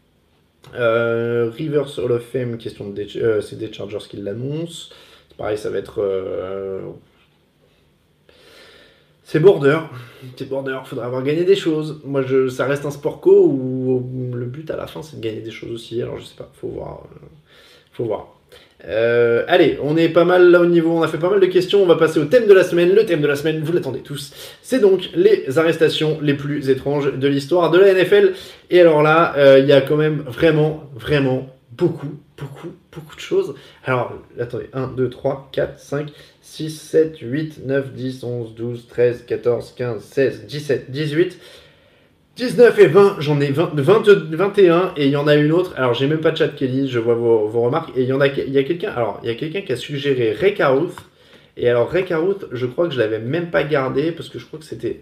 Euh, Rivers Hall of Fame, question de euh, c'est des Chargers qui l'annoncent. Pareil, ça va être... Euh... C'est border. C'est border, il faudra avoir gagné des choses. Moi, je... ça reste un sport co où le but à la fin, c'est de gagner des choses aussi. Alors, je sais pas, faut voir. Faut voir. Euh, allez, on est pas mal là au niveau, on a fait pas mal de questions, on va passer au thème de la semaine. Le thème de la semaine, vous l'attendez tous, c'est donc les arrestations les plus étranges de l'histoire de la N F L. Et alors là, il euh, y a quand même vraiment, vraiment beaucoup, beaucoup, beaucoup de choses. Alors, attendez, un, deux, trois, quatre, cinq, six, sept, huit, neuf, dix, onze, douze, treize, quatorze, quinze, seize, dix-sept, dix-huit... dix-neuf et vingt, j'en ai vingt, vingt, vingt et un, et il y en a une autre. Alors, j'ai même pas de chat Kelly, je vois vos, vos remarques. Et il y en a, il y a quelqu'un, alors, il y a quelqu'un qui a suggéré Ray Caruth. Et alors, Ray Caruth, je crois que je l'avais même pas gardé, parce que je crois que c'était...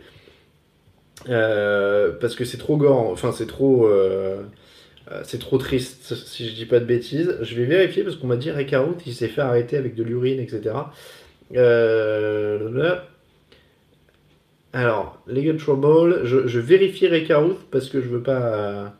Euh, parce que c'est trop gore, enfin, c'est trop... Euh, c'est trop triste, si je dis pas de bêtises. Je vais vérifier, parce qu'on m'a dit Ray Caruth, il s'est fait arrêter avec de l'urine, et cetera. Euh... Alors, Legal Trouble, je, je vérifie Ray Caruth parce que je veux pas...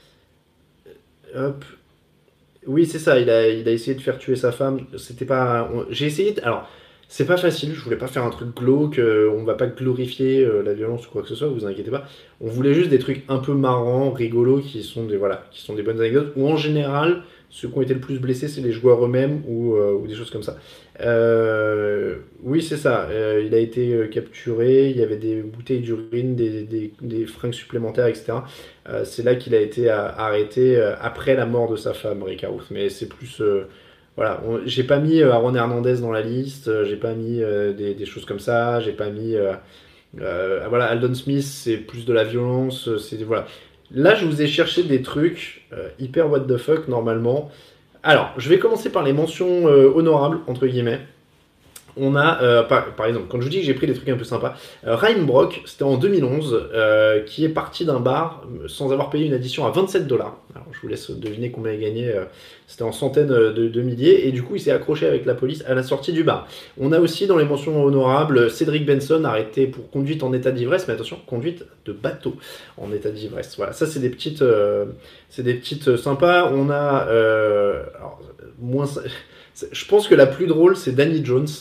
Hop. Oui, c'est ça, il a, il a essayé de faire tuer sa femme. C'était pas... J'ai essayé... De... Alors, c'est pas facile, je voulais pas faire un truc glauque, on va pas glorifier la violence ou quoi que ce soit, vous inquiétez pas. On voulait juste des trucs un peu marrants, rigolos, qui sont des, voilà, qui sont des bonnes anecdotes, où en général... Ceux qui ont été le plus blessés, c'est les joueurs eux-mêmes ou, euh, ou des choses comme ça. Euh, oui, c'est ça. Euh, il a été euh, capturé, il y avait des bouteilles d'urine, des, des, des fringues supplémentaires, et cetera. Euh, c'est là qu'il a été euh, arrêté euh, après la mort de sa femme, Ray Caruth. Mais c'est plus... Euh, voilà, on, j'ai pas mis euh, Aaron Hernandez dans la liste, euh, j'ai pas mis euh, des, des choses comme ça, j'ai pas mis... Euh, euh, voilà, Aldon Smith, c'est plus de la violence, c'est... Voilà. Là, je vous ai cherché des trucs euh, hyper what the fuck, normalement. Alors, je vais commencer par les mentions euh, honorables, entre guillemets. On a, euh, par, par exemple, quand je vous dis que j'ai pris des trucs un peu sympas, euh, Ryan Brock, c'était en deux mille onze, euh, qui est parti d'un bar sans avoir payé une addition à vingt-sept dollars. Alors, je vous laisse deviner combien il gagnait. Euh, c'était en centaines de, de milliers. Et du coup, il s'est accroché avec la police à la sortie du bar. On a aussi, dans les mentions honorables, Cédric Benson, arrêté pour conduite en état d'ivresse. Mais attention, conduite de bateau en état d'ivresse. Voilà, ça, c'est des petites, euh, c'est des petites sympas. On a... Euh, alors, moins... Je pense que la plus drôle, c'est Danny Jones.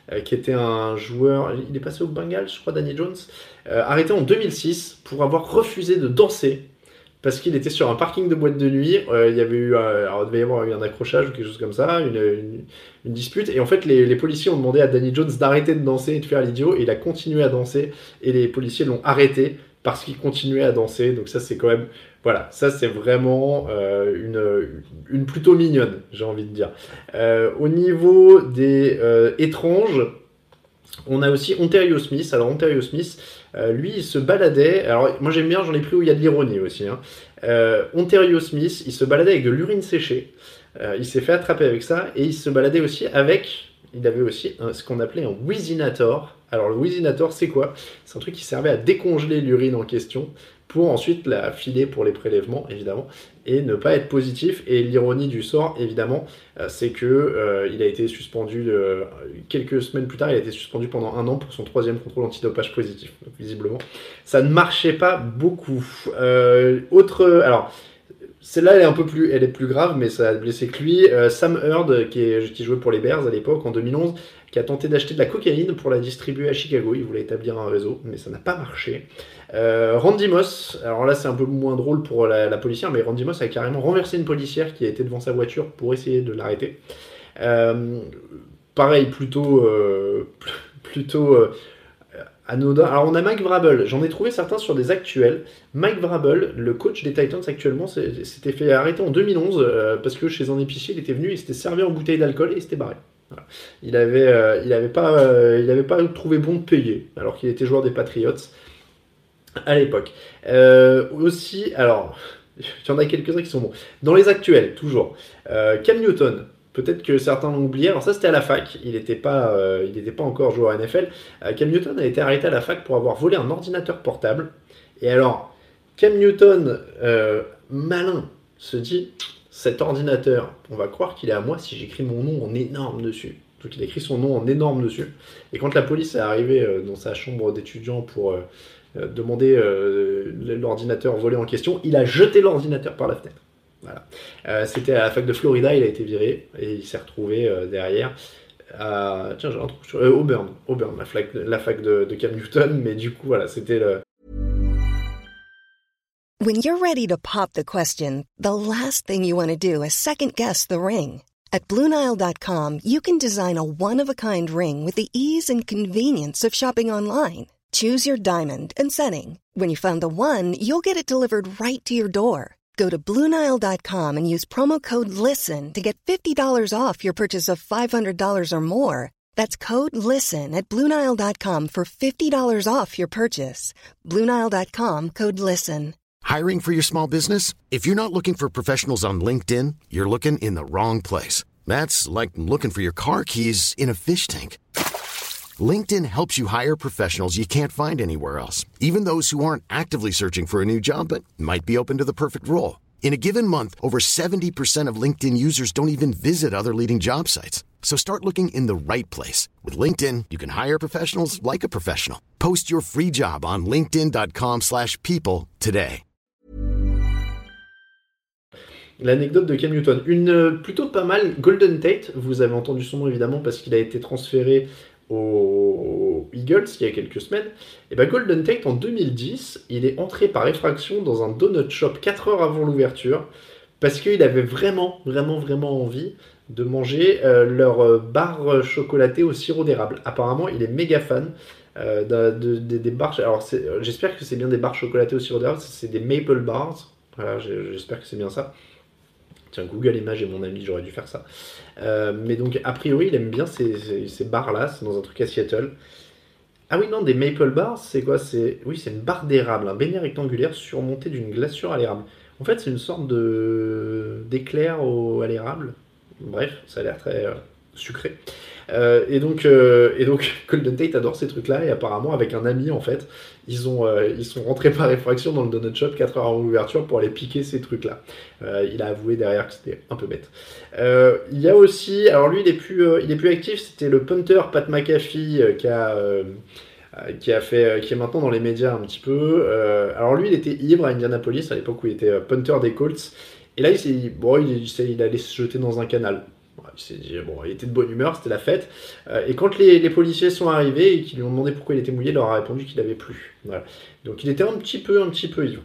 euh, qui était un joueur, il est passé au Bengals, je crois, Danny Jones, euh, arrêté en deux mille six pour avoir refusé de danser parce qu'il était sur un parking de boîte de nuit. Euh, il y avait eu, euh, alors il devait y avoir eu un accrochage ou quelque chose comme ça, une, une, une dispute, et en fait les, les policiers ont demandé à Danny Jones d'arrêter de danser et de faire l'idiot, et il a continué à danser, et les policiers l'ont arrêté parce qu'il continuait à danser. Donc ça c'est quand même, voilà, ça c'est vraiment euh, une, une plutôt mignonne, j'ai envie de dire. Euh, au niveau des euh, étranges, on a aussi Ontario Smith. Alors Ontario Smith, euh, lui il se baladait, alors moi j'aime bien, j'en ai pris où il y a de l'ironie aussi, hein. euh, Ontario Smith, il se baladait avec de l'urine séchée, euh, il s'est fait attraper avec ça, et il se baladait aussi avec, il avait aussi un, ce qu'on appelait un Whizzinator. Alors le Whizzinator c'est quoi? C'est un truc qui servait à décongeler l'urine en question pour ensuite la filer pour les prélèvements évidemment et ne pas être positif. Et l'ironie du sort évidemment euh, c'est que euh, il a été suspendu euh, quelques semaines plus tard, il a été suspendu pendant un an pour son troisième contrôle antidopage positif. Donc visiblement ça ne marchait pas beaucoup. Euh, autre, alors celle-là elle est un peu plus, elle est plus grave, mais ça a blessé que lui. Euh, Sam Hurd qui, est, qui jouait pour les Bears à l'époque en deux mille onze, qui a tenté d'acheter de la cocaïne pour la distribuer à Chicago. Il voulait établir un réseau, mais ça n'a pas marché. Euh, Randy Moss, alors là c'est un peu moins drôle pour la, la policière, mais Randy Moss a carrément renversé une policière qui a été devant sa voiture pour essayer de l'arrêter. Euh, pareil, plutôt, euh, plutôt euh, anodin. Alors on a Mike Vrabel, j'en ai trouvé certains sur des actuels. Mike Vrabel, le coach des Titans actuellement, s'était fait arrêter en deux mille onze euh, parce que chez un épicier il était venu, il s'était servi en bouteille d'alcool et il s'était barré. Voilà. Il avait, euh, il avait pas, euh, il avait pas trouvé bon de payer, alors qu'il était joueur des Patriots à l'époque. Euh, aussi, alors, il y en a quelques-uns qui sont bons. Dans les actuels, toujours, euh, Cam Newton. Peut-être que certains l'ont oublié. Alors ça, c'était à la fac. Il n'était pas, euh, il n'était pas encore joueur N F L. Euh, Cam Newton a été arrêté à la fac pour avoir volé un ordinateur portable. Et alors, Cam Newton, euh, malin, se dit, cet ordinateur, on va croire qu'il est à moi si j'écris mon nom en énorme dessus. Donc il a écrit son nom en énorme dessus. Et quand la police est arrivée euh, dans sa chambre d'étudiant pour euh, euh, demander euh, l'ordinateur volé en question, il a jeté l'ordinateur par la fenêtre. Voilà. Euh, c'était à la fac de Florida, il a été viré et il s'est retrouvé euh, derrière à tiens, j'ai un truc sur euh, Auburn, Auburn, la fac, la fac de, de Cam Newton, mais du coup voilà, c'était le. When you're ready to pop the question, the last thing you want to do is second guess the ring. At Blue Nile dot com, you can design a one-of-a-kind ring with the ease and convenience of shopping online. Choose your diamond and setting. When you find the one, you'll get it delivered right to your door. Go to Blue Nile dot com and use promo code LISTEN to get fifty dollars off your purchase of five hundred dollars or more. That's code LISTEN at Blue Nile dot com for fifty dollars off your purchase. Blue Nile dot com, code LISTEN. Hiring for your small business? If you're not looking for professionals on LinkedIn, you're looking in the wrong place. That's like looking for your car keys in a fish tank. LinkedIn helps you hire professionals you can't find anywhere else, even those who aren't actively searching for a new job but might be open to the perfect role. In a given month, over seventy percent of LinkedIn users don't even visit other leading job sites. So start looking in the right place. With LinkedIn, you can hire professionals like a professional. Post your free job on linkedin dot com slash people today. L'anecdote de Cam Newton. Une plutôt pas mal, Golden Tate, vous avez entendu son nom évidemment parce qu'il a été transféré aux Eagles il y a quelques semaines. Et ben Golden Tate en deux mille dix, il est entré par effraction dans un donut shop quatre heures avant l'ouverture parce qu'il avait vraiment, vraiment, vraiment envie de manger euh, leur barre chocolatée au sirop d'érable. Apparemment, il est méga fan euh, de, de, de, des barres. Alors, c'est, j'espère que c'est bien des barres chocolatées au sirop d'érable. C'est des Maple Bars. Voilà, j'espère que c'est bien ça. Tiens, Google Images est mon ami, j'aurais dû faire ça. Euh, mais donc, a priori, il aime bien ces, ces, ces barres-là. C'est dans un truc à Seattle. Ah oui, non, des Maple Bars, c'est quoi? C'est, oui, c'est une barre d'érable, un beignet rectangulaire surmonté d'une glaçure à l'érable. En fait, c'est une sorte de d'éclair au, à l'érable. Bref, ça a l'air très euh, sucré. Euh, et donc, euh, et donc, Golden Tate adore ces trucs-là. Et apparemment, avec un ami, en fait, ils ont, euh, ils sont rentrés par effraction dans le donut shop quatre heures avant l'ouverture pour aller piquer ces trucs-là. Euh, il a avoué derrière que c'était un peu bête. Euh, il y a aussi, alors lui, il est plus, euh, il est plus actif. C'était le punter Pat McAfee euh, qui a. Euh, qui a fait, qui est maintenant dans les médias un petit peu. Euh, alors lui, il était ivre à Indianapolis à l'époque où il était punter des Colts. Et là, il s'est, bon, il, il allait se jeter dans un canal. Bon, il s'est dit, bon, il était de bonne humeur, c'était la fête. Euh, et quand les, les policiers sont arrivés et qu'ils lui ont demandé pourquoi il était mouillé, il leur a répondu qu'il avait plu. Voilà. Donc il était un petit peu, un petit peu ivre.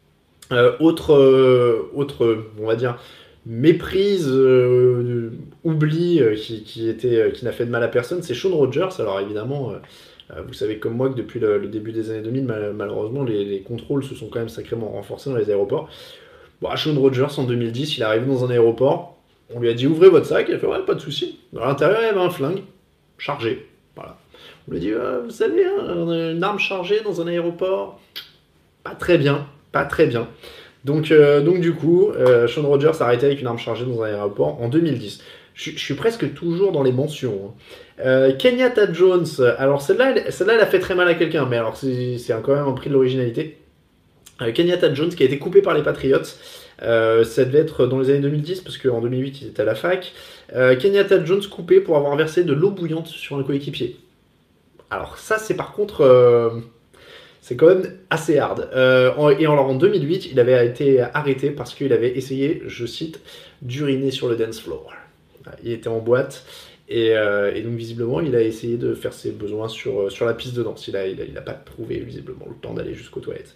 Euh, autre, euh, autre, on va dire, méprise, euh, oubli euh, qui, qui, était, euh, qui n'a fait de mal à personne, c'est Shaun Rogers. Alors évidemment, euh, vous savez comme moi que depuis le, le début des années deux mille, mal, malheureusement, les, les contrôles se sont quand même sacrément renforcés dans les aéroports. Bon, Shaun Rogers, en deux mille dix, il est arrivé dans un aéroport, on lui a dit « Ouvrez votre sac », il a fait « Ouais, pas de souci ». À l'intérieur, il y avait un flingue chargé. Voilà. On lui a dit ah, « Vous savez, hein, une arme chargée dans un aéroport, pas très bien, pas très bien ». Donc, euh, donc du coup, euh, Shaun Rogers a arrêté avec une arme chargée dans un aéroport en deux mille dix. Je, je suis presque toujours dans les mentions. Hein. Euh, Kenyatta Jones, alors celle-là, elle, celle-là, elle a fait très mal à quelqu'un, mais alors c'est, c'est quand même un prix de l'originalité. Euh, Kenyatta Jones qui a été coupé par les Patriots, euh, ça devait être dans les années deux mille dix, parce qu'en deux mille huit, il était à la fac. Euh, Kenyatta Jones coupé pour avoir versé de l'eau bouillante sur un coéquipier. Alors ça, c'est par contre... Euh, C'est quand même assez hard. Euh, en, et alors en deux mille huit, il avait été arrêté parce qu'il avait essayé, je cite, d'uriner sur le dance floor. Il était en boîte et, euh, et donc visiblement, il a essayé de faire ses besoins sur, sur la piste de danse. Il n'a il a, il a pas trouvé visiblement le temps d'aller jusqu'aux toilettes.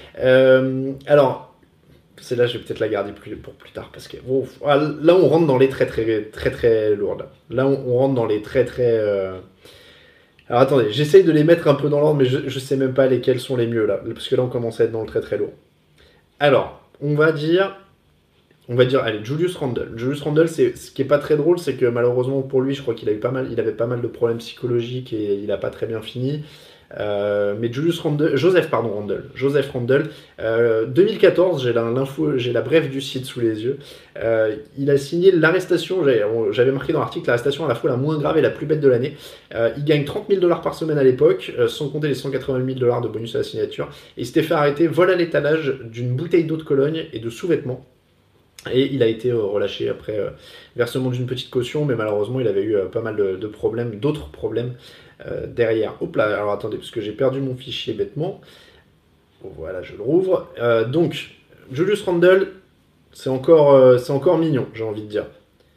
Euh, alors, celle-là, je vais peut-être la garder plus, pour plus tard parce que oh, là, on rentre dans les très très très très lourdes. Là, on, on rentre dans les très très... Euh, Alors attendez, j'essaye de les mettre un peu dans l'ordre, mais je, je sais même pas lesquels sont les mieux là, parce que là on commence à être dans le très très lourd. Alors, on va dire, on va dire, allez, Julius Randle. Julius Randle, c'est ce qui est pas très drôle, c'est que malheureusement pour lui, je crois qu'il a eu pas mal, il avait pas mal de problèmes psychologiques et il a pas très bien fini. Euh, mais Julius Randle, Joseph pardon Randle, Joseph Randle, euh, deux mille quatorze, j'ai la, l'info, j'ai la brève du site sous les yeux. Euh, il a signé l'arrestation, j'avais, j'avais marqué dans l'article l'arrestation à la fois la moins grave et la plus bête de l'année. Euh, il gagne trente mille dollars par semaine à l'époque, euh, sans compter les cent quatre-vingt mille dollars de bonus à la signature. Et il s'était fait arrêter vol à l'étalage d'une bouteille d'eau de Cologne et de sous-vêtements. Et il a été euh, relâché après euh, versement d'une petite caution, mais malheureusement il avait eu euh, pas mal de, de problèmes, d'autres problèmes euh, derrière. Hop là, alors attendez, parce que j'ai perdu mon fichier bêtement. Bon, voilà, je le rouvre. Euh, donc, Julius Randle, c'est encore, euh, c'est encore mignon, j'ai envie de dire.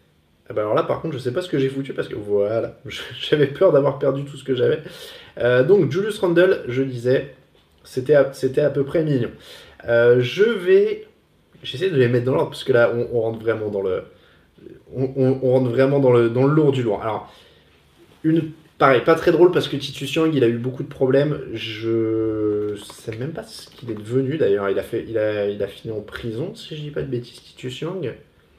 Ah bah alors là, par contre, je sais pas ce que j'ai foutu, parce que voilà, j'avais peur d'avoir perdu tout ce que j'avais. Euh, donc, Julius Randle, je disais, c'était à, c'était à peu près mignon. Euh, je vais... J'essaie de les mettre dans l'ordre parce que là, on, on rentre vraiment dans le, on, on, on rentre vraiment dans le, dans le lourd du lourd. Alors, une, pareil, pas très drôle parce que Titus Young, il a eu beaucoup de problèmes. Je sais même pas ce qu'il est devenu d'ailleurs. Il a fait, il a, il a fini en prison, si je dis pas de bêtises, Titus Young.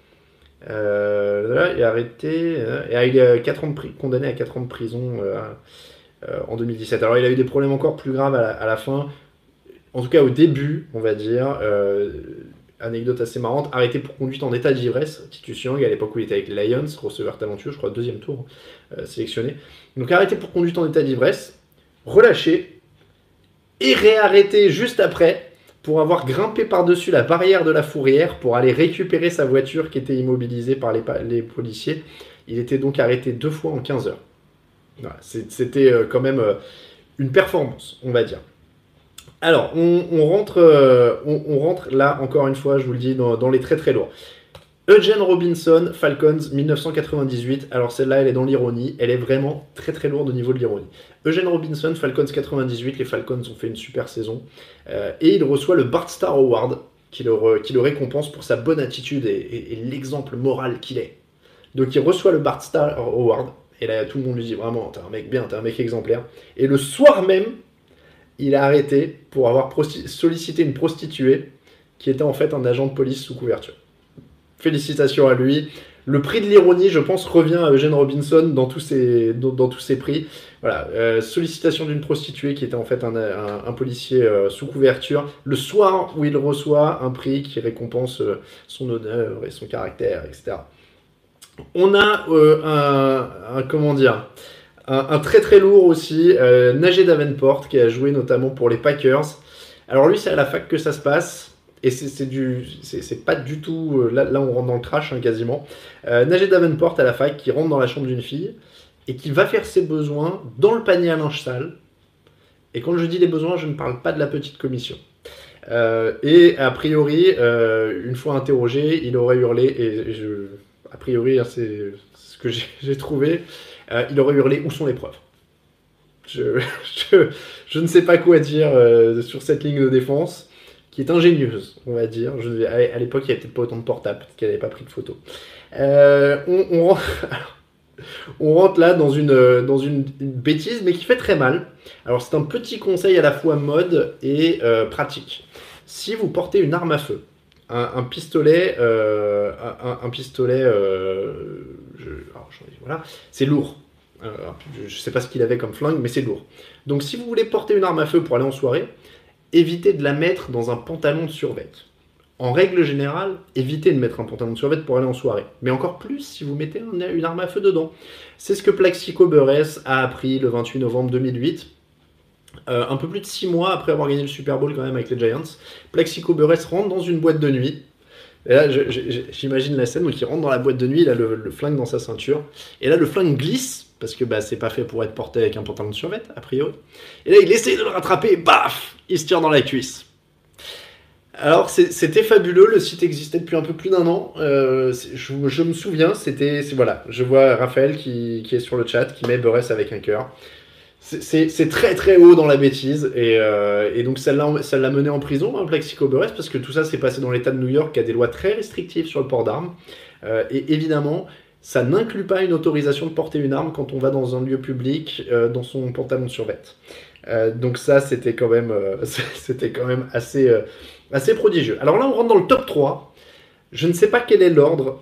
Euh, là, il a arrêté, euh, et il est quatre ans de pri- condamné à quatre ans de prison euh, euh, en deux mille dix-sept. Alors, il a eu des problèmes encore plus graves à la, à la fin. En tout cas, au début, on va dire. Euh, Anecdote assez marrante, arrêté pour conduite en état d'ivresse, Titus Young, à l'époque où il était avec les Lions, receveur talentueux, je crois, deuxième tour, euh, sélectionné. Donc arrêté pour conduite en état d'ivresse, relâché, et réarrêté juste après, pour avoir grimpé par-dessus la barrière de la fourrière pour aller récupérer sa voiture qui était immobilisée par les, les policiers. Il était donc arrêté deux fois en quinze heures. Voilà, c'était euh, quand même euh, une performance, on va dire. Alors, on, on, rentre, euh, on, on rentre là, encore une fois, je vous le dis, dans, dans les très très lourds. Eugene Robinson, Falcons, dix-neuf cent quatre-vingt-dix-huit. Alors celle-là, elle est dans l'ironie. Elle est vraiment très très lourde au niveau de l'ironie. Eugene Robinson, Falcons quatre-vingt-dix-huit. Les Falcons ont fait une super saison. Euh, et il reçoit le Bart Starr Award, qui le, qui le récompense pour sa bonne attitude et, et, et l'exemple moral qu'il est. Donc il reçoit le Bart Starr Award. Et là, tout le monde lui dit vraiment, t'es un mec bien, t'es un mec exemplaire. Et le soir même, il a arrêté pour avoir prosti- sollicité une prostituée qui était en fait un agent de police sous couverture. Félicitations à lui. Le prix de l'ironie, je pense, revient à Eugene Robinson dans tous ses, dans, dans tous ses prix. Voilà, euh, sollicitation d'une prostituée qui était en fait un, un, un policier euh, sous couverture, le soir où il reçoit un prix qui récompense euh, son honneur et son caractère, et cetera. On a euh, un, un, comment dire... Un, un très très lourd aussi, euh, Najee Davenport, qui a joué notamment pour les Packers. Alors lui, c'est à la fac que ça se passe, et c'est, c'est, du, c'est, c'est pas du tout... Euh, là, là, on rentre dans le trash, hein, quasiment. Euh, Najee Davenport à la fac, qui rentre dans la chambre d'une fille, et qui va faire ses besoins dans le panier à linge sale. Et quand je dis les besoins, je ne parle pas de la petite commission. Euh, et a priori, euh, une fois interrogé, il aurait hurlé, et je... a priori, hein, c'est ce que j'ai, j'ai trouvé, euh, il aurait hurlé « Où sont les preuves ?» je, je, je ne sais pas quoi dire euh, sur cette ligne de défense, qui est ingénieuse, on va dire. Je, à, à l'époque, il n'y avait peut-être pas autant de portables, peut-être qu'elle n'avait pas pris de photos. Euh, on, on, rentre, on rentre là dans une, dans une, une bêtise, mais qui fait très mal. Alors, c'est un petit conseil à la fois mode et euh, pratique. Si vous portez une arme à feu, un, un pistolet, euh, un, un pistolet, euh, je, alors, je, voilà, c'est lourd. Euh, je ne sais pas ce qu'il avait comme flingue, mais c'est lourd. Donc, si vous voulez porter une arme à feu pour aller en soirée, évitez de la mettre dans un pantalon de survêt. En règle générale, évitez de mettre un pantalon de survêt pour aller en soirée. Mais encore plus si vous mettez une arme à feu dedans. C'est ce que Plaxico Burress a appris le vingt-huit novembre deux mille huit. Euh, un peu plus de six mois après avoir gagné le Super Bowl quand même avec les Giants. Plaxico Burress rentre dans une boîte de nuit. Et là, je, je, j'imagine la scène, donc il rentre dans la boîte de nuit, il a le, le flingue dans sa ceinture. Et là, le flingue glisse, parce que bah, c'est pas fait pour être porté avec un pantalon de survêt, a priori. Et là, il essaie de le rattraper, baf, il se tire dans la cuisse. Alors, c'est, c'était fabuleux, le site existait depuis un peu plus d'un an. Euh, je, je me souviens, c'était... C'est, voilà, je vois Raphaël qui, qui est sur le chat, qui met Burress avec un cœur. C'est, c'est, c'est très très haut dans la bêtise, et, euh, et donc ça l'a, ça l'a mené en prison, hein, Plaxico Burress, parce que tout ça s'est passé dans l'état de New York, qui a des lois très restrictives sur le port d'armes. Euh, et évidemment... ça n'inclut pas une autorisation de porter une arme quand on va dans un lieu public euh, dans son pantalon de survêt. Euh, donc ça, c'était quand même, euh, c'était quand même assez, euh, assez prodigieux. Alors là, on rentre dans le top trois. Je ne sais pas quel est l'ordre.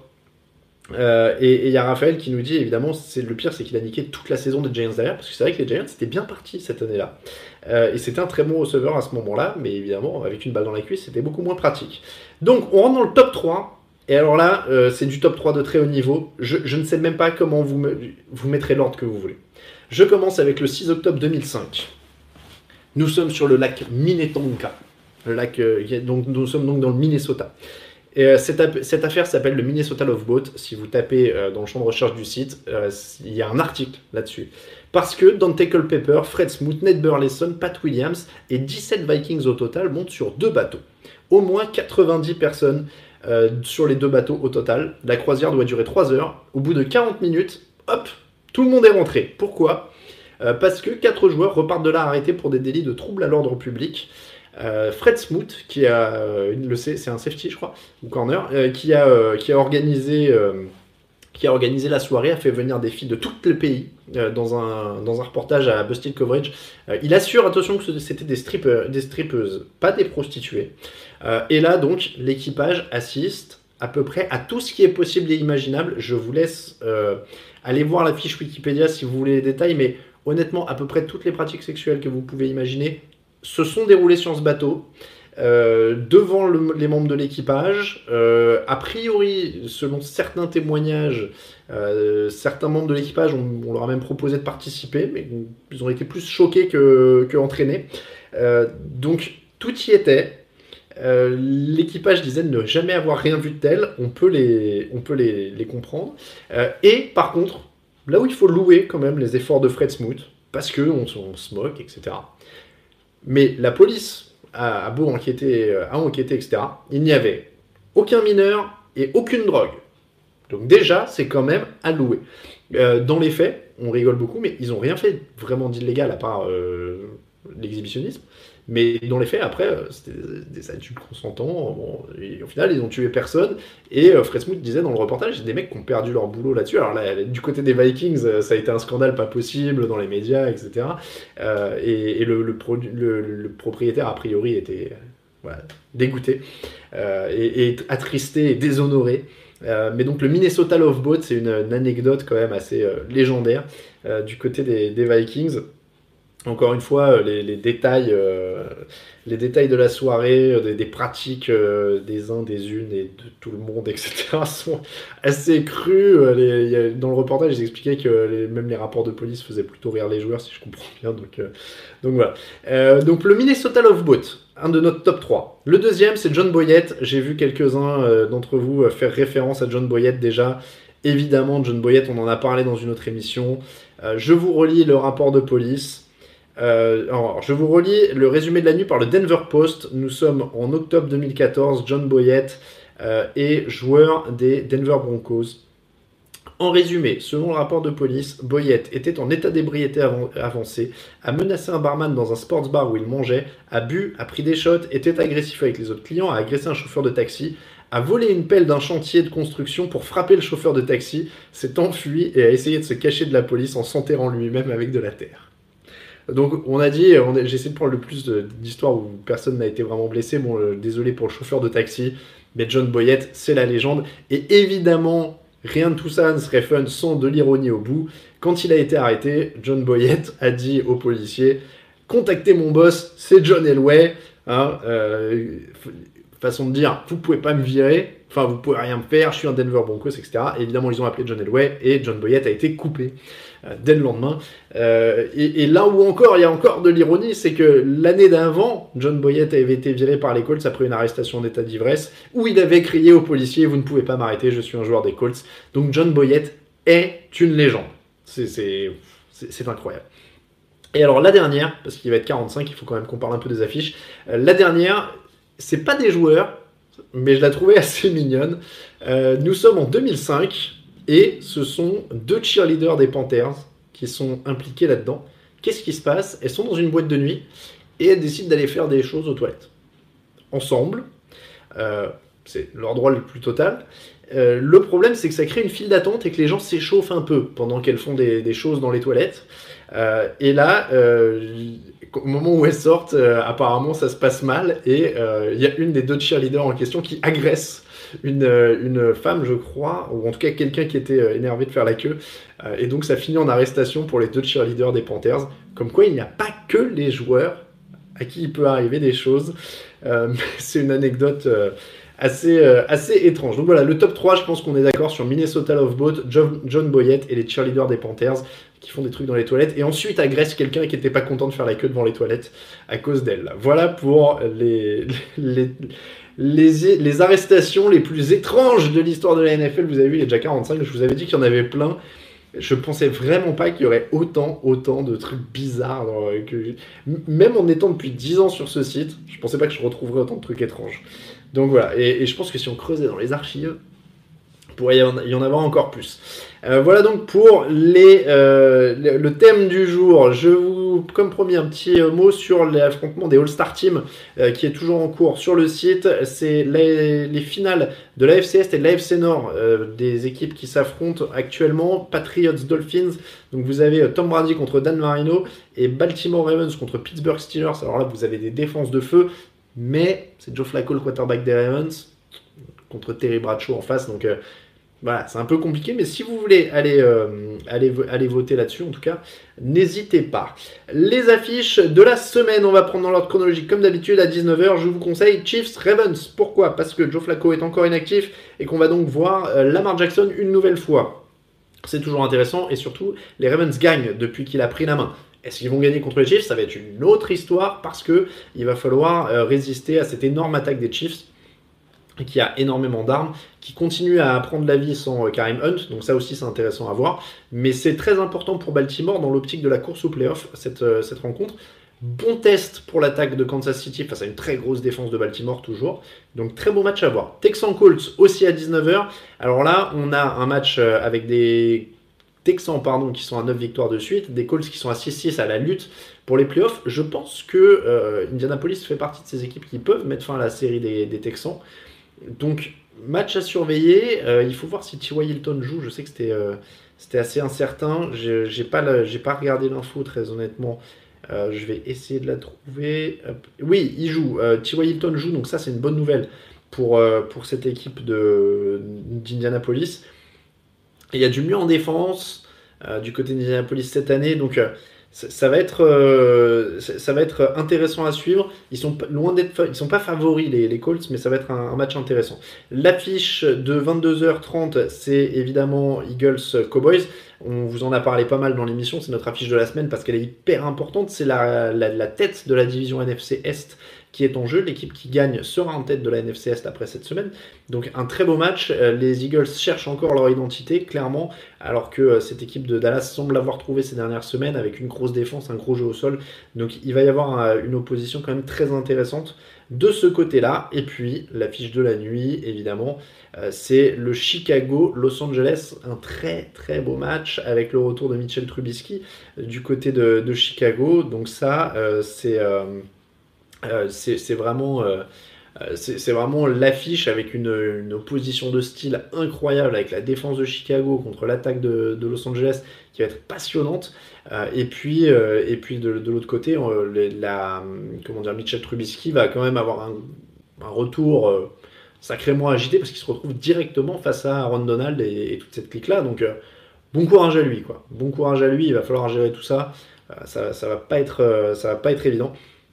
Euh, et il y a Raphaël qui nous dit, évidemment, c'est, le pire, c'est qu'il a niqué toute la saison des Giants derrière, parce que c'est vrai que les Giants étaient bien partis cette année-là. Euh, et c'était un très bon receveur à ce moment-là, mais évidemment, avec une balle dans la cuisse, c'était beaucoup moins pratique. Donc, on rentre dans le top trois. Et alors là, euh, c'est du top trois de très haut niveau. Je, je ne sais même pas comment vous, me, vous mettrez l'ordre que vous voulez. Je commence avec le six octobre deux mille cinq. Nous sommes sur le lac Minnetonka. Le lac, euh, donc, nous sommes donc dans le Minnesota. Et, euh, cette, cette affaire s'appelle le Minnesota Love Boat. Si vous tapez euh, dans le champ de recherche du site, euh, il y a un article là-dessus. Parce que Dante Culpepper, Fred Smoot, Ned Burleson, Pat Williams et dix-sept Vikings au total montent sur deux bateaux. Au moins quatre-vingt-dix personnes Euh, sur les deux bateaux au total. La croisière doit durer trois heures. Au bout de quarante minutes, hop, tout le monde est rentré. Pourquoi ? euh, Parce que quatre joueurs repartent de là arrêtés pour des délits de trouble à l'ordre public. Euh, Fred Smoot, qui a, euh, le, c'est un safety je crois, ou corner, euh, qui, a, euh, qui, a organisé, euh, qui a organisé la soirée, a fait venir des filles de tout le pays euh, dans, un, dans un reportage à Busted Coverage. Euh, il assure, attention, que c'était des, strip, des strippeuses, pas des prostituées. Euh, et là, donc, l'équipage assiste à peu près à tout ce qui est possible et imaginable. Je vous laisse euh, aller voir la fiche Wikipédia si vous voulez les détails, mais honnêtement, à peu près toutes les pratiques sexuelles que vous pouvez imaginer se sont déroulées sur ce bateau, euh, devant le, les membres de l'équipage. Euh, a priori, selon certains témoignages, euh, certains membres de l'équipage, on, on leur a même proposé de participer, mais ils ont été plus choqués que, que entraînés. Euh, donc, tout y était. Euh, l'équipage disait de ne jamais avoir rien vu de tel, on peut les, on peut les, les comprendre. Euh, et par contre, là où il faut louer quand même les efforts de Fred Smoot, parce qu'on on se moque, et cetera. Mais la police a, a beau enquêter, a enquêté, et cetera. Il n'y avait aucun mineur et aucune drogue. Donc déjà, c'est quand même à louer. Euh, dans les faits, on rigole beaucoup, mais ils n'ont rien fait vraiment d'illégal à part euh, l'exhibitionnisme. Mais dans les faits, après, c'était des adultes consentants. Bon, et au final, ils n'ont tué personne. Et euh, Fred Smoot disait dans le reportage, il y a des mecs qui ont perdu leur boulot là-dessus. Alors là, du côté des Vikings, ça a été un scandale pas possible dans les médias, et cetera. Euh, et et le, le, pro, le, le propriétaire, a priori, était euh, voilà, dégoûté, euh, et, et attristé et déshonoré. Euh, mais donc le Minnesota Love Boat, c'est une, une anecdote quand même assez euh, légendaire euh, du côté des, des Vikings. Encore une fois, les, les, détails, euh, les détails de la soirée, des, des pratiques euh, des uns, des unes et de tout le monde, et cetera sont assez crus. Les, y a, dans le reportage, ils expliquaient que les, même les rapports de police faisaient plutôt rire les joueurs, si je comprends bien. Donc, euh, donc voilà. Euh, donc le Minnesota Love Boat, un de notre top trois. Le deuxième, c'est John Boyette. J'ai vu quelques-uns euh, d'entre vous euh, faire référence à John Boyette déjà. Évidemment, John Boyette, on en a parlé dans une autre émission. Euh, je vous relis le rapport de police. Euh, alors, je vous relis le résumé de la nuit par le Denver Post. Nous sommes en octobre deux mille quatorze. John Boyette euh, est joueur des Denver Broncos. En résumé, selon le rapport de police, Boyette était en état d'ébriété av- avancé, a menacé un barman dans un sports bar où il mangeait, a bu, a pris des shots, était agressif avec les autres clients, a agressé un chauffeur de taxi, a volé une pelle d'un chantier de construction pour frapper le chauffeur de taxi, s'est enfui et a essayé de se cacher de la police en s'enterrant lui-même avec de la terre. Donc on a dit, on a, j'ai essayé de prendre le plus de, d'histoires où personne n'a été vraiment blessé. Bon, euh, désolé pour le chauffeur de taxi, mais John Boyette, c'est la légende. Et évidemment, rien de tout ça ne serait fun sans de l'ironie au bout. Quand il a été arrêté, John Boyette a dit aux policiers « Contactez mon boss, c'est John Elway. Hein, euh, » façon de dire « Vous pouvez pas me virer, enfin vous pouvez rien me faire, je suis un Denver Broncos, et cetera » Et évidemment, ils ont appelé John Elway et John Boyette a été coupé euh, dès le lendemain. Euh, et, et là où encore, il y a encore de l'ironie, c'est que l'année d'avant, John Boyette avait été viré par les Colts après une arrestation d'état d'ivresse, où il avait crié aux policiers « Vous ne pouvez pas m'arrêter, je suis un joueur des Colts. » Donc John Boyette est une légende. C'est, c'est, c'est, c'est incroyable. Et alors la dernière, parce qu'il va être quarante-cinq, il faut quand même qu'on parle un peu des affiches. Euh, la dernière, c'est pas des joueurs, mais je la trouvais assez mignonne. Euh, nous sommes en deux mille cinq et ce sont deux cheerleaders des Panthers qui sont impliqués là-dedans. Qu'est-ce qui se passe ? Elles sont dans une boîte de nuit et elles décident d'aller faire des choses aux toilettes. Ensemble. Euh, c'est leur droit le plus total. Euh, le problème, c'est que ça crée une file d'attente et que les gens s'échauffent un peu pendant qu'elles font des, des choses dans les toilettes. Euh, et là, euh, au moment où elles sortent, euh, apparemment, ça se passe mal. Et il euh, y a une des deux cheerleaders en question qui agresse une, une femme, je crois, ou en tout cas quelqu'un qui était énervé de faire la queue. Euh, et donc, ça finit en arrestation pour les deux cheerleaders des Panthers. Comme quoi, il n'y a pas que les joueurs à qui il peut arriver des choses. Euh, c'est une anecdote... Euh, Assez, euh, assez étrange. Donc voilà, le top trois, je pense qu'on est d'accord sur Minnesota Love Boat, John, John Boyette et les cheerleaders des Panthers qui font des trucs dans les toilettes et ensuite agressent quelqu'un qui n'était pas content de faire la queue devant les toilettes à cause d'elle. Voilà pour les, les, les, les arrestations les plus étranges de l'histoire de la N F L. Vous avez vu, il est déjà quarante-cinq, je vous avais dit qu'il y en avait plein. Je pensais vraiment pas qu'il y aurait autant, autant de trucs bizarres. Dans, que, même en étant depuis dix ans sur ce site, je pensais pas que je retrouverais autant de trucs étranges. Donc voilà, et, et je pense que si on creusait dans les archives, il pourrait y en, y en avoir encore plus. Euh, voilà donc pour les, euh, le, le thème du jour. Je vous, comme promis, un petit mot sur l'affrontement des All-Star Teams euh, qui est toujours en cours sur le site. C'est les, les finales de l'A F C Est et de l'A F C Nord, euh, des équipes qui s'affrontent actuellement. Patriots, Dolphins, donc vous avez Tom Brady contre Dan Marino et Baltimore Ravens contre Pittsburgh Steelers. Alors là, vous avez des défenses de feu. Mais c'est Joe Flacco, le quarterback des Ravens, contre Terry Bradshaw en face. Donc euh, voilà, c'est un peu compliqué. Mais si vous voulez aller, euh, aller, aller voter là-dessus, en tout cas, n'hésitez pas. Les affiches de la semaine, on va prendre dans l'ordre chronologique. Comme d'habitude, à dix-neuf heures, je vous conseille Chiefs-Ravens. Pourquoi ? Parce que Joe Flacco est encore inactif et qu'on va donc voir euh, Lamar Jackson une nouvelle fois. C'est toujours intéressant. Et surtout, les Ravens gagnent depuis qu'il a pris la main. Est-ce qu'ils vont gagner contre les Chiefs ? Ça va être une autre histoire parce qu'il va falloir euh, résister à cette énorme attaque des Chiefs qui a énormément d'armes, qui continue à prendre la vie sans euh, Kareem Hunt, donc ça aussi c'est intéressant à voir. Mais c'est très important pour Baltimore dans l'optique de la course au playoff, cette, euh, cette rencontre. Bon test pour l'attaque de Kansas City face à une très grosse défense de Baltimore toujours. Donc très beau match à voir. Texans Colts aussi à dix-neuf heures. Alors là, on a un match euh, avec des... Texans pardon, qui sont à neuf victoires de suite, des Colts qui sont à six six à la lutte pour les playoffs. Je pense que euh, Indianapolis fait partie de ces équipes qui peuvent mettre fin à la série des, des Texans. Donc, match à surveiller. Euh, il faut voir si T Y. Hilton joue. Je sais que c'était, euh, c'était assez incertain. Je j'ai pas, la, j'ai pas regardé l'info, très honnêtement. Euh, je vais essayer de la trouver. Hop. Oui, il joue. Euh, T Y. Hilton joue, donc ça, c'est une bonne nouvelle pour, euh, pour cette équipe de, d'Indianapolis. Il y a du mieux en défense euh, du côté d'Indianapolis cette année, donc euh, ça, ça va être euh, ça, ça va être intéressant à suivre. Ils sont loin d'être, ils sont pas favoris les, les Colts, mais ça va être un, un match intéressant. L'affiche de vingt-deux heures trente, c'est évidemment Eagles Cowboys. On vous en a parlé pas mal dans l'émission, c'est notre affiche de la semaine parce qu'elle est hyper importante. C'est la, la, la tête de la division N F C Est qui est en jeu. L'équipe qui gagne sera en tête de la N F C Est après cette semaine. Donc un très beau match. Les Eagles cherchent encore leur identité, clairement, alors que cette équipe de Dallas semble l'avoir trouvé ces dernières semaines avec une grosse défense, un gros jeu au sol. Donc il va y avoir une opposition quand même très intéressante de ce côté-là. Et puis, l'affiche de la nuit, évidemment, euh, c'est le Chicago-Los Angeles. Un très très beau match avec le retour de Mitchell Trubisky euh, du côté de, de Chicago. Donc ça, euh, c'est, euh, euh, c'est, c'est vraiment... Euh, C'est, c'est vraiment l'affiche avec une, une opposition de style incroyable avec la défense de Chicago contre l'attaque de, de Los Angeles qui va être passionnante. Euh, et puis, euh, et puis de, de l'autre côté, euh, les, la, comment dire, Mitchell Trubisky va quand même avoir un, un retour euh, sacrément agité parce qu'il se retrouve directement face à Aaron Donald et, et toute cette clique-là. Donc, euh, bon courage à lui, quoi. Bon courage à lui. Il va falloir gérer tout ça. Euh, ça, ça va pas être, euh, ça va pas être évident.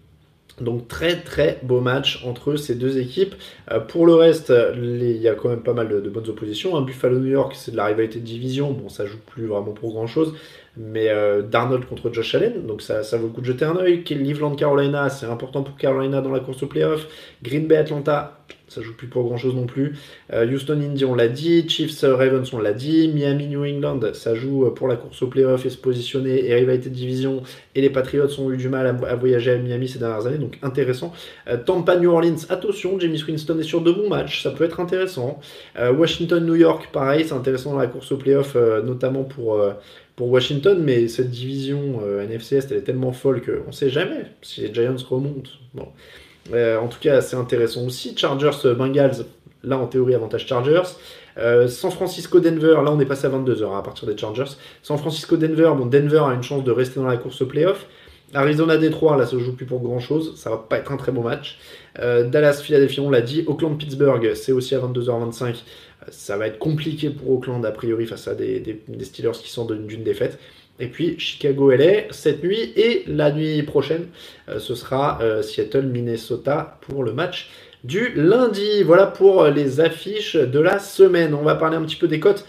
Donc très très beau match entre ces deux équipes. Euh, pour le reste, les, il y a quand même pas mal de, de bonnes oppositions. Hein. Buffalo-New York, c'est de la rivalité de division. Bon, ça joue plus vraiment pour grand chose. Mais euh, Darnold contre Josh Allen, donc ça, ça vaut le coup de jeter un œil. Cleveland-Carolina, c'est important pour Carolina dans la course au playoff. Green Bay-Atlanta, ça joue plus pour grand chose non plus. Euh, Houston-Indy, on l'a dit. Chiefs-Ravens, on l'a dit. Miami-New England, ça joue pour la course au playoff et se positionner et rivalité de division. Et les Patriots ont eu du mal à, à voyager à Miami ces dernières années, donc intéressant. Euh, Tampa-New Orleans, attention, Jameis Winston est sur de bons matchs, ça peut être intéressant. Euh, Washington-New York, pareil, c'est intéressant dans la course au playoff, euh, notamment pour... Euh, pour Washington, mais cette division euh, N F C Est, elle est tellement folle qu'on ne sait jamais si les Giants remontent. Bon. Euh, en tout cas, c'est intéressant aussi. Chargers-Bengals, là en théorie, avantage Chargers. Euh, San Francisco-Denver, là on est passé à vingt-deux heures hein, à partir des Chargers. San Francisco-Denver, bon, Denver a une chance de rester dans la course au playoff. Arizona-Détroit, là ça ne joue plus pour grand chose, ça va pas être un très beau match. Euh, Dallas-Philadelphie, on l'a dit. Auckland-Pittsburgh, c'est aussi à vingt-deux heures vingt-cinq. Ça va être compliqué pour Auckland, a priori, face à des, des, des Steelers qui sortent d'une défaite. Et puis, Chicago-L A, cette nuit, et la nuit prochaine, euh, ce sera euh, Seattle-Minnesota pour le match du lundi. Voilà pour les affiches de la semaine. On va parler un petit peu des cotes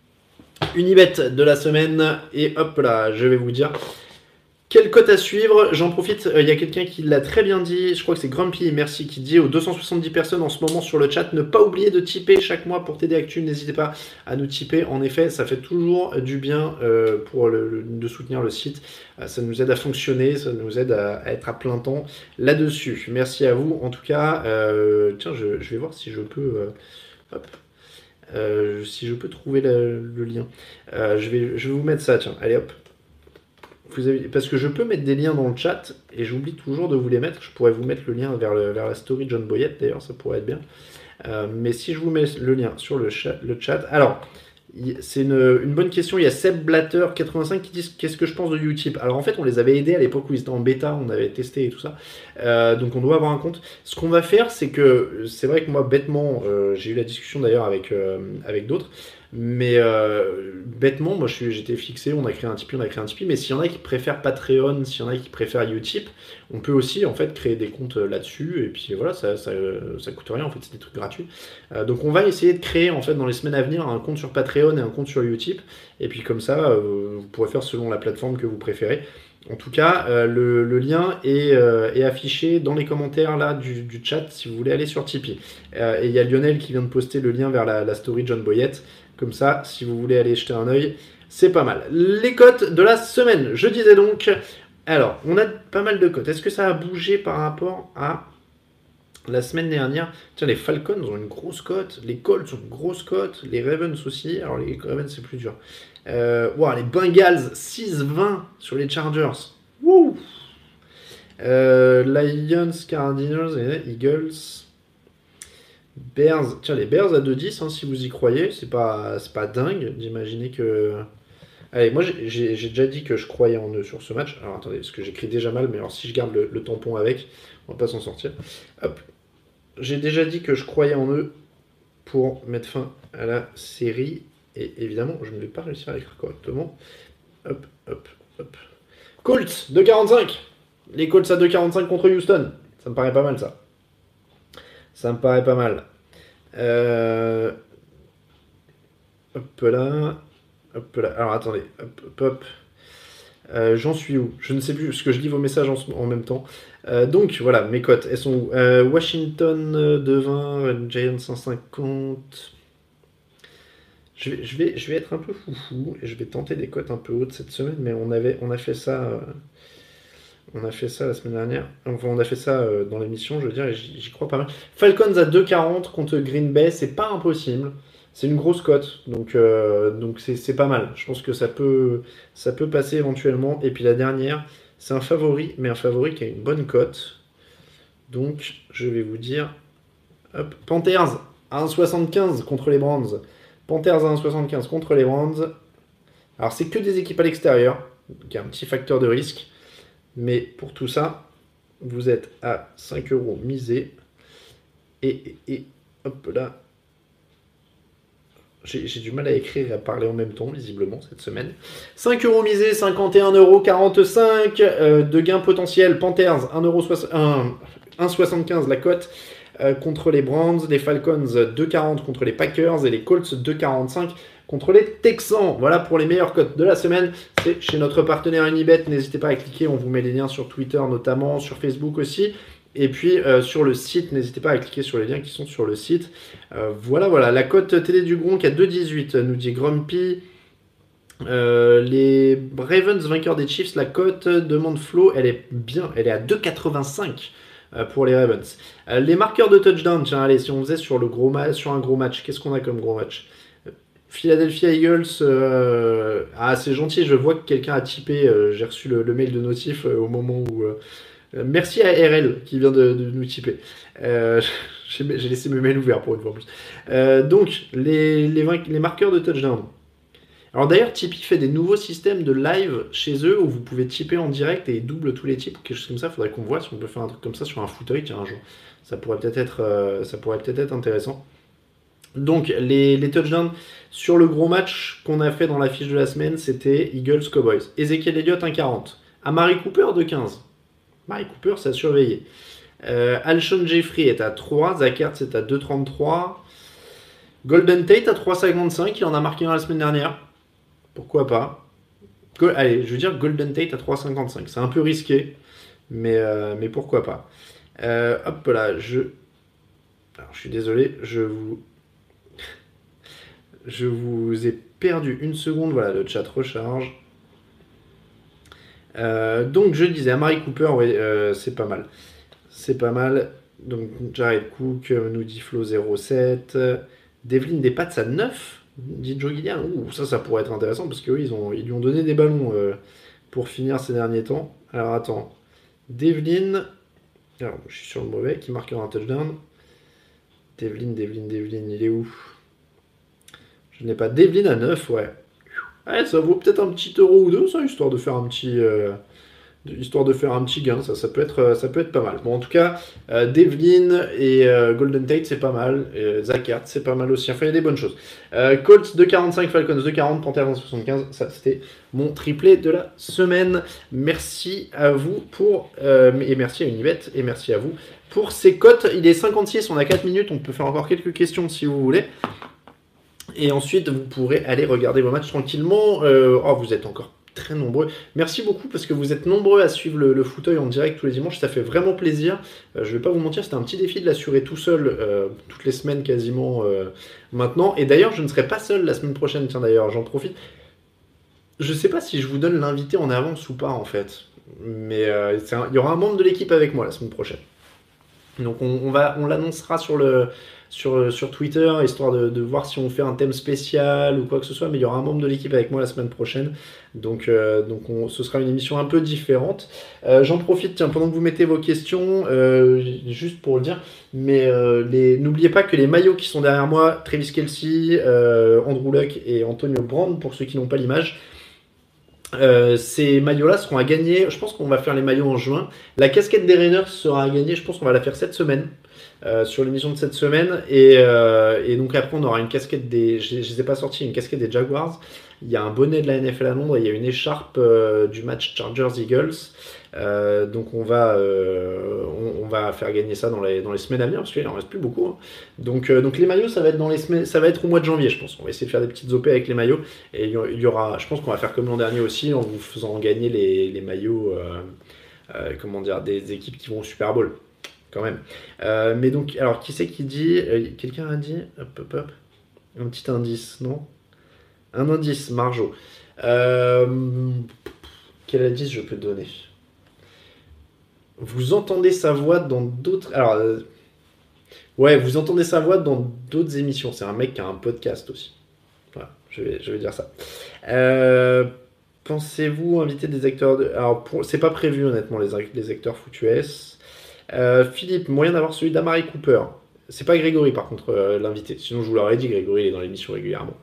Unibet de la semaine. Et hop là, je vais vous dire... Quelle cote à suivre? J'en profite, il euh, y a quelqu'un qui l'a très bien dit, je crois que c'est Grumpy, merci, qui dit aux deux cent soixante-dix personnes en ce moment sur le chat, ne pas oublier de tipper chaque mois pour T D Actu, n'hésitez pas à nous tipper, en effet, ça fait toujours du bien euh, pour le, le, de soutenir le site, euh, ça nous aide à fonctionner, ça nous aide à, à être à plein temps là-dessus. Merci à vous, en tout cas, euh, tiens, je, je vais voir si je peux... Euh, hop. Euh, si je peux trouver le, le lien. Euh, je, vais, je vais vous mettre ça, tiens, allez hop. Vous avez, parce que je peux mettre des liens dans le chat et j'oublie toujours de vous les mettre. Je pourrais vous mettre le lien vers, le, vers la story John Boyette d'ailleurs, ça pourrait être bien. Euh, mais si je vous mets le lien sur le chat, le chat alors c'est une, une bonne question. Il y a Seb Blatter quatre-vingt-cinq qui dit qu'est-ce que je pense de Utip. Alors en fait, on les avait aidés à l'époque où ils étaient en bêta, on avait testé et tout ça. Euh, donc on doit avoir un compte. Ce qu'on va faire, c'est que c'est vrai que moi, bêtement, euh, j'ai eu la discussion d'ailleurs avec, euh, avec d'autres. Mais euh, bêtement, moi je suis, j'étais fixé, on a créé un Tipeee, on a créé un Tipeee, mais s'il y en a qui préfèrent Patreon, s'il y en a qui préfèrent Utip, on peut aussi en fait créer des comptes là-dessus, et puis voilà, ça, ça, ça coûte rien, en fait c'est des trucs gratuits. Euh, donc on va essayer de créer en fait dans les semaines à venir un compte sur Patreon et un compte sur Utip, et puis comme ça, euh, vous pourrez faire selon la plateforme que vous préférez. En tout cas, euh, le, le lien est, euh, est affiché dans les commentaires là du, du chat si vous voulez aller sur Tipeee. Euh, et il y a Lionel qui vient de poster le lien vers la, la story John Boyette. Comme ça, si vous voulez aller jeter un œil, c'est pas mal. Les cotes de la semaine, je disais donc... Alors, on a pas mal de cotes. Est-ce que ça a bougé par rapport à la semaine dernière? Tiens, les Falcons ont une grosse cote, les Colts ont une grosse cote, les Ravens aussi. Alors, les Ravens, c'est plus dur. Euh, wow, les Bengals, six vingt sur les Chargers. Wouh euh, Lions, Cardinals, et Eagles... Bears, tiens les Bears à deux dix hein, si vous y croyez, c'est pas, c'est pas dingue d'imaginer que... Allez, moi j'ai, j'ai, j'ai déjà dit que je croyais en eux sur ce match, alors attendez, parce que j'écris déjà mal, mais alors si je garde le, le tampon avec, on va pas s'en sortir. Hop, j'ai déjà dit que je croyais en eux pour mettre fin à la série, et évidemment je ne vais pas réussir à l'écrire correctement. Hop, hop, hop. Colts, deux quarante-cinq, les Colts à deux quarante-cinq contre Houston, ça me paraît pas mal ça. Ça me paraît pas mal. Euh... Hop là. Hop là. Alors attendez. Hop, hop, hop. Euh, j'en suis où? Je ne sais plus, parce que je lis vos messages en, en même temps. Euh, donc voilà, mes cotes, elles sont où? euh, Washington deux vingt, Giants cent cinquante. Je vais, je, vais, je vais être un peu foufou et je vais tenter des cotes un peu hautes cette semaine, mais on, avait, on a fait ça... Euh... On a fait ça la semaine dernière. Enfin, on a fait ça euh, dans l'émission, je veux dire, et j'y, j'y crois pas mal. Falcons à deux quarante contre Green Bay, c'est pas impossible. C'est une grosse cote, donc euh, donc c'est, c'est pas mal. Je pense que ça peut ça peut passer éventuellement. Et puis la dernière, c'est un favori, mais un favori qui a une bonne cote. Donc je vais vous dire, hop, Panthers à un virgule soixante-quinze contre les Browns. Panthers à un virgule soixante-quinze contre les Browns. Alors c'est que des équipes à l'extérieur, donc il y a un petit facteur de risque. Mais pour tout ça, vous êtes à cinq euros misés. Et, et, et hop là. J'ai, j'ai du mal à écrire et à parler en même temps, visiblement, cette semaine. cinq euros misés, cinquante et un euros quarante-cinq euh, de gains potentiels. Panthers, un virgule soixante-quinze la cote euh, contre les Browns. Les Falcons, deux virgule quarante contre les Packers. Et les Colts, deux virgule quarante-cinq contre les Texans. Voilà pour les meilleures cotes de la semaine. C'est chez notre partenaire Unibet. N'hésitez pas à cliquer. On vous met les liens sur Twitter notamment, sur Facebook aussi. Et puis euh, sur le site, n'hésitez pas à cliquer sur les liens qui sont sur le site. Euh, voilà, voilà. La cote télé du Gronk à deux virgule dix-huit, nous dit Grumpy. Euh, les Ravens vainqueurs des Chiefs, la cote demande Flo, elle est bien, elle est à deux virgule quatre-vingt-cinq euh, pour les Ravens. Euh, les marqueurs de touchdown, tiens, allez, si on faisait sur, le gros ma- sur un gros match, qu'est-ce qu'on a comme gros match ? Philadelphia Eagles, euh... ah c'est gentil, je vois que quelqu'un a typé, euh, j'ai reçu le, le mail de notif euh, au moment où... Euh... Merci à R L qui vient de, de nous typer. Euh, j'ai, j'ai laissé mes mails ouverts pour une fois en plus. Euh, donc, les, les, les marqueurs de touchdown. Alors d'ailleurs, Tipeee fait des nouveaux systèmes de live chez eux où vous pouvez typer en direct et ils doublent tous les types, quelque chose comme ça. Il faudrait qu'on voit si on peut faire un truc comme ça sur un fauteuil, tiens, un jour. Ça pourrait peut-être être, euh, ça pourrait peut-être être intéressant. Donc, les, les touchdowns sur le gros match qu'on a fait dans la fiche de la semaine, c'était Eagles Cowboys. Ezekiel Elliott, un virgule quarante. Amari Cooper, deux virgule quinze. Amari Cooper, ça a surveillé. Euh, Alshon Jeffrey est à trois. Zach Ertz est à deux virgule trente-trois. Golden Tate à trois virgule cinquante-cinq. Il en a marqué un la semaine dernière. Pourquoi pas. Go- Allez, je veux dire Golden Tate à trois virgule cinquante-cinq. C'est un peu risqué, mais, euh, mais pourquoi pas. Euh, hop là, je... Alors, je suis désolé, je vous... Je vous ai perdu une seconde, voilà, le chat recharge. Euh, donc je disais, Amari Cooper, ouais, euh, c'est pas mal. C'est pas mal. Donc Jared Cook euh, nous dit Flo zéro sept. Devlin des Pats à neuf, dit Joe Gillian. Ouh, ça, ça pourrait être intéressant parce que oui, ils, ont, ils lui ont donné des ballons euh, pour finir ces derniers temps. Alors attends, Devlin, alors je suis sur le mauvais, qui marque un touchdown. Devlin, Devlin, Devlin, il est où? Je n'ai pas Devlin à neuf, ouais. Ouais, ça vaut peut-être un petit euro ou deux, ça, histoire de faire un petit, euh, histoire de faire un petit gain. Ça, ça peut être, ça peut être pas mal. Bon, en tout cas, euh, Devlin et euh, Golden Tate, c'est pas mal. Euh, Zach Ertz, c'est pas mal aussi. Enfin, il y a des bonnes choses. Euh, Colts deux virgule quarante-cinq, Falcons deux virgule quarante, Panthers un virgule soixante-quinze. Ça, c'était mon triplé de la semaine. Merci à vous pour euh, et merci à Unibet et merci à vous pour ces cotes. Il est cinquante-six, on a quatre minutes. On peut faire encore quelques questions si vous voulez. Et ensuite, vous pourrez aller regarder vos matchs tranquillement. Euh, oh, vous êtes encore très nombreux. Merci beaucoup parce que vous êtes nombreux à suivre le, le fauteuil en direct tous les dimanches. Ça fait vraiment plaisir. Euh, je ne vais pas vous mentir, c'était un petit défi de l'assurer tout seul euh, toutes les semaines quasiment euh, maintenant. Et d'ailleurs, je ne serai pas seul la semaine prochaine. Tiens, d'ailleurs, j'en profite. Je ne sais pas si je vous donne l'invité en avance ou pas, en fait. Mais euh, c'est un, il y aura un membre de l'équipe avec moi la semaine prochaine. Donc, on, on, va, on l'annoncera sur le... Sur, sur Twitter, histoire de, de voir si on fait un thème spécial ou quoi que ce soit, mais il y aura un membre de l'équipe avec moi la semaine prochaine, donc, euh, donc on, ce sera une émission un peu différente. Euh, j'en profite, tiens, pendant que vous mettez vos questions, euh, juste pour le dire, mais euh, les, n'oubliez pas que les maillots qui sont derrière moi, Travis Kelce, euh, Andrew Luck et Antonio Brown, pour ceux qui n'ont pas l'image, Euh, ces maillots-là seront à gagner. Je pense qu'on va faire les maillots en juin. La casquette des Rainers sera à gagner. Je pense qu'on va la faire cette semaine. Euh, sur l'émission de cette semaine et, euh, et donc après on aura une casquette des je ne les ai pas sortis, une casquette des Jaguars, il y a un bonnet de la N F L à Londres et il y a une écharpe euh, du match Chargers-Eagles, euh, donc on va euh, on, on va faire gagner ça dans les, dans les semaines à venir parce qu'il n'en reste plus beaucoup, hein. donc, euh, donc les maillots ça va être dans les semaines, ça va être au mois de janvier je pense, on va essayer de faire des petites O P avec les maillots et il y aura, je pense qu'on va faire comme l'an dernier aussi en vous faisant gagner les, les maillots euh, euh, comment dire, des équipes qui vont au Super Bowl quand même. Euh, mais donc, alors, qui c'est qui dit euh, quelqu'un a dit hop, hop, hop. Un petit indice, non? Un indice, Marjo. Euh, quel indice je peux te donner? vous entendez sa voix dans d'autres... Alors, euh, ouais, vous entendez sa voix dans d'autres émissions. C'est un mec qui a un podcast aussi. Voilà, je vais, je vais dire ça. Euh, pensez-vous inviter des acteurs... De... Alors, pour... c'est pas prévu, honnêtement, les, les acteurs foutus. Euh, Philippe, moyen d'avoir celui d'Amari Cooper. C'est pas Grégory, par contre, euh, l'invité. Sinon, je vous l'aurais dit, Grégory, il est dans l'émission régulièrement.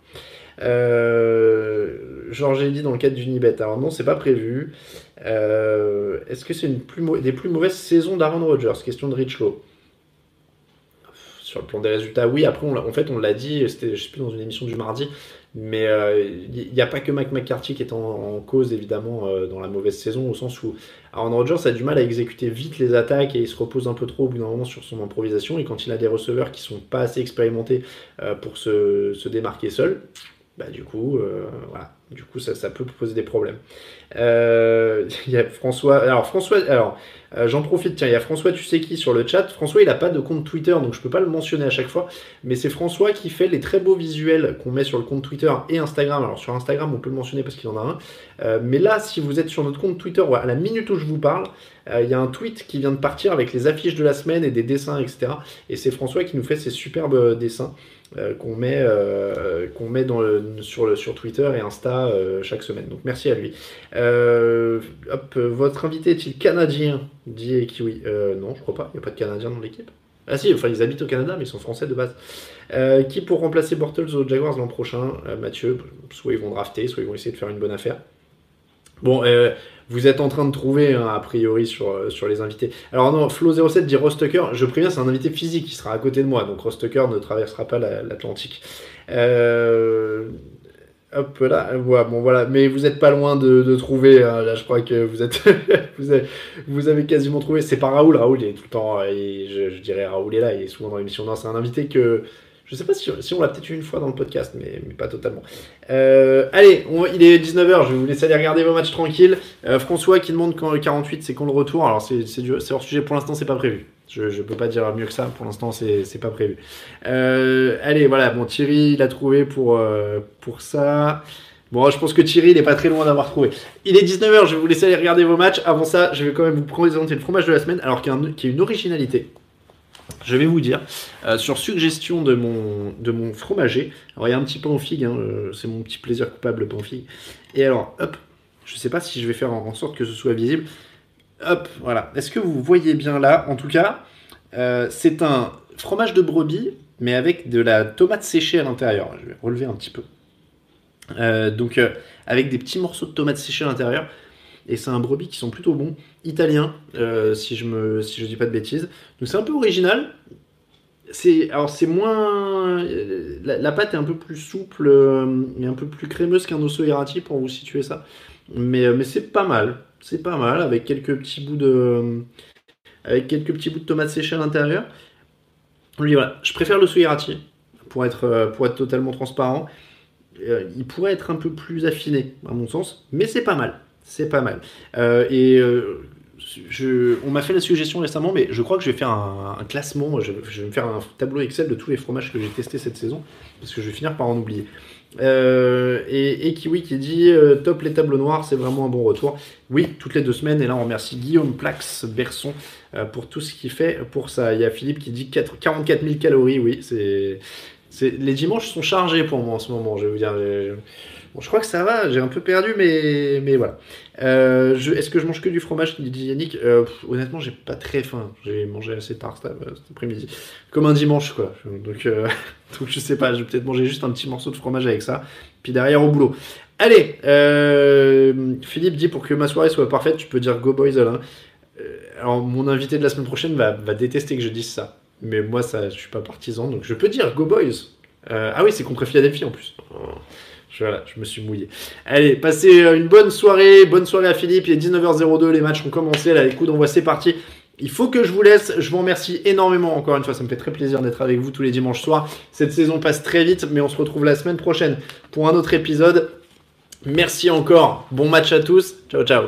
Euh, Georges Eddy dans le cadre d'Unibet. Alors non, c'est pas prévu. Euh, est-ce que c'est une plus mau- des plus mauvaises saisons d'Aaron Rodgers? Question de Richlow. Sur le plan des résultats, oui. Après, on en fait, on l'a dit, c'était, je sais plus, dans une émission du mardi, mais il euh, n'y a pas que Mike McCarthy qui est en, en cause, évidemment, euh, dans la mauvaise saison, au sens où Aaron Rodgers a du mal à exécuter vite les attaques et il se repose un peu trop au bout d'un moment sur son improvisation. Et quand il a des receveurs qui sont pas assez expérimentés euh, pour se, se démarquer seul, bah, du coup, euh, voilà. Du coup, ça, ça peut poser des problèmes. Euh, il y a François. Alors, François. Alors, euh, j'en profite. Tiens, il y a François, tu sais qui sur le chat. François, il n'a pas de compte Twitter, donc je peux pas le mentionner à chaque fois. Mais c'est François qui fait les très beaux visuels qu'on met sur le compte Twitter et Instagram. Alors, sur Instagram, on peut le mentionner parce qu'il y en a un. Euh, mais là, si vous êtes sur notre compte Twitter, à la minute où je vous parle, euh, il y a un tweet qui vient de partir avec les affiches de la semaine et des dessins, et cetera. Et c'est François qui nous fait ces superbes dessins. Euh, qu'on met, euh, qu'on met dans le, sur, le, sur Twitter et Insta euh, chaque semaine. Donc merci à lui. Euh, hop, votre invité est-il canadien? Dit Kiwi. Euh, non, je crois pas. Il n'y a pas de Canadien dans l'équipe. Ah si, enfin ils habitent au Canada, mais ils sont français de base. Euh, qui pour remplacer Bortles aux Jaguars l'an prochain? euh, Mathieu, soit ils vont drafter, soit ils vont essayer de faire une bonne affaire. Bon, euh, vous êtes en train de trouver, hein, a priori, sur, sur les invités. Alors non, Flo zéro sept dit Ross Tucker. Je préviens, c'est un invité physique qui sera à côté de moi. Donc Ross Tucker ne traversera pas la, l'Atlantique. Euh, hop là, ouais, bon voilà. Mais vous n'êtes pas loin de, de trouver. Hein, là, je crois que vous êtes, vous, avez, vous avez quasiment trouvé. C'est pas Raoul. Raoul, il est tout le temps. Il, je, je dirais Raoul est là. Il est souvent dans l'émission. Non, c'est un invité que... Je sais pas si, si on l'a peut-être eu une fois dans le podcast, mais, mais pas totalement. Euh, allez, on, il est dix-neuf heures, je vais vous laisser aller regarder vos matchs tranquilles. Euh, François qui demande quand le quarante-huit, c'est quand le retour. Alors c'est, c'est, du, c'est hors sujet, pour l'instant c'est pas prévu. Je, je peux pas dire mieux que ça, pour l'instant c'est, c'est pas prévu. Euh, allez, voilà, bon Thierry il a trouvé pour, euh, pour ça. Bon, je pense que Thierry il est pas très loin d'avoir trouvé. Il est dix-neuf heures, je vais vous laisser aller regarder vos matchs. Avant ça, je vais quand même vous présenter le fromage de la semaine, alors qu'il y a, un, qu'il y a une originalité. Je vais vous dire, euh, sur suggestion de mon, de mon fromager, alors il y a un petit pain aux figues, hein, euh, c'est mon petit plaisir coupable, le pain aux figues. Et alors, hop, je sais pas si je vais faire en, en sorte que ce soit visible. Hop, voilà. Est-ce que vous voyez bien là? En tout cas, euh, c'est un fromage de brebis, mais avec de la tomate séchée à l'intérieur. Je vais relever un petit peu. Euh, donc, euh, avec des petits morceaux de tomate séchée à l'intérieur. Et c'est un brebis qui sont plutôt bons, italien, euh, si je me, si je dis pas de bêtises. Donc c'est un peu original. C'est, alors c'est moins, la, la pâte est un peu plus souple euh, et un peu plus crémeuse qu'un osso irati pour vous situer ça. Mais, mais c'est pas mal, c'est pas mal avec quelques petits bouts de, avec quelques petits bouts de tomates séchées à l'intérieur. Oui voilà, je préfère l'osso irati pour être, pour être totalement transparent. Euh, il pourrait être un peu plus affiné à mon sens, mais c'est pas mal. C'est pas mal. Euh, et euh, je, on m'a fait la suggestion récemment, mais je crois que je vais faire un, un classement. Je, je vais me faire un tableau Excel de tous les fromages que j'ai testés cette saison, parce que je vais finir par en oublier. Euh, et, et Kiwi qui dit euh, top les tableaux noirs, c'est vraiment un bon retour. Oui, toutes les deux semaines. Et là, on remercie Guillaume Plax Berson euh, pour tout ce qu'il fait pour ça. Il y a Philippe qui dit quarante-quatre mille calories. Oui, c'est, c'est les dimanches sont chargés pour moi en ce moment. Je vais vous dire. J'ai, Bon, je crois que ça va, j'ai un peu perdu, mais, mais voilà. Euh, je, est-ce que je mange que du fromage, dit Yannick? euh, pff, Honnêtement, j'ai pas très faim. J'ai mangé assez tard cet, cet après-midi. Comme un dimanche, quoi. Donc, euh, donc, je sais pas, je vais peut-être manger juste un petit morceau de fromage avec ça. Puis derrière, au boulot. Allez, euh, Philippe dit pour que ma soirée soit parfaite, tu peux dire Go Boys, Alain. Euh, alors, mon invité de la semaine prochaine va, va détester que je dise ça. Mais moi, ça, je suis pas partisan, donc je peux dire Go Boys. Euh, ah oui, c'est contre Philadelphie en plus. Oh. Voilà, je me suis mouillé. Allez, passez une bonne soirée. Bonne soirée à Philippe. Il est dix-neuf heures zéro deux. Les matchs ont commencé. Là, les coups d'envoi, c'est parti. Il faut que je vous laisse. Je vous remercie énormément. Encore une fois, ça me fait très plaisir d'être avec vous tous les dimanches soirs. Cette saison passe très vite, mais on se retrouve la semaine prochaine pour un autre épisode. Merci encore. Bon match à tous. Ciao, ciao.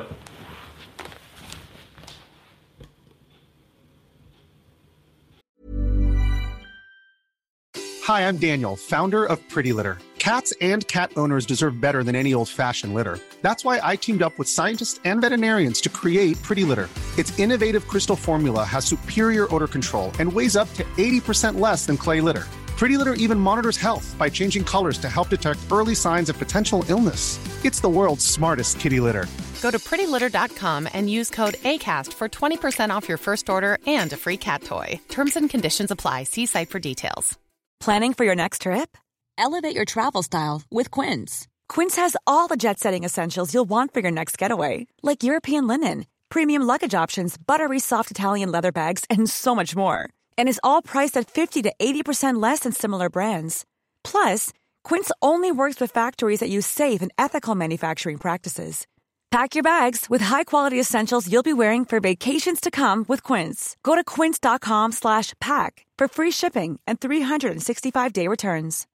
Hi, I'm Daniel, founder of Pretty Litter. Cats and cat owners deserve better than any old-fashioned litter. That's why I teamed up with scientists and veterinarians to create Pretty Litter. Its innovative crystal formula has superior odor control and weighs up to eighty percent less than clay litter. Pretty Litter even monitors health by changing colors to help detect early signs of potential illness. It's the world's smartest kitty litter. Go to pretty litter dot com and use code ACAST for twenty percent off your first order and a free cat toy. Terms and conditions apply. See site for details. Planning for your next trip? Elevate your travel style with Quince. Quince has all the jet-setting essentials you'll want for your next getaway, like European linen, premium luggage options, buttery soft Italian leather bags, and so much more. And is all priced at fifty to eighty percent less than similar brands. Plus, Quince only works with factories that use safe and ethical manufacturing practices. Pack your bags with high-quality essentials you'll be wearing for vacations to come with Quince. Go to quince dot com slash pack for free shipping and three sixty-five day returns.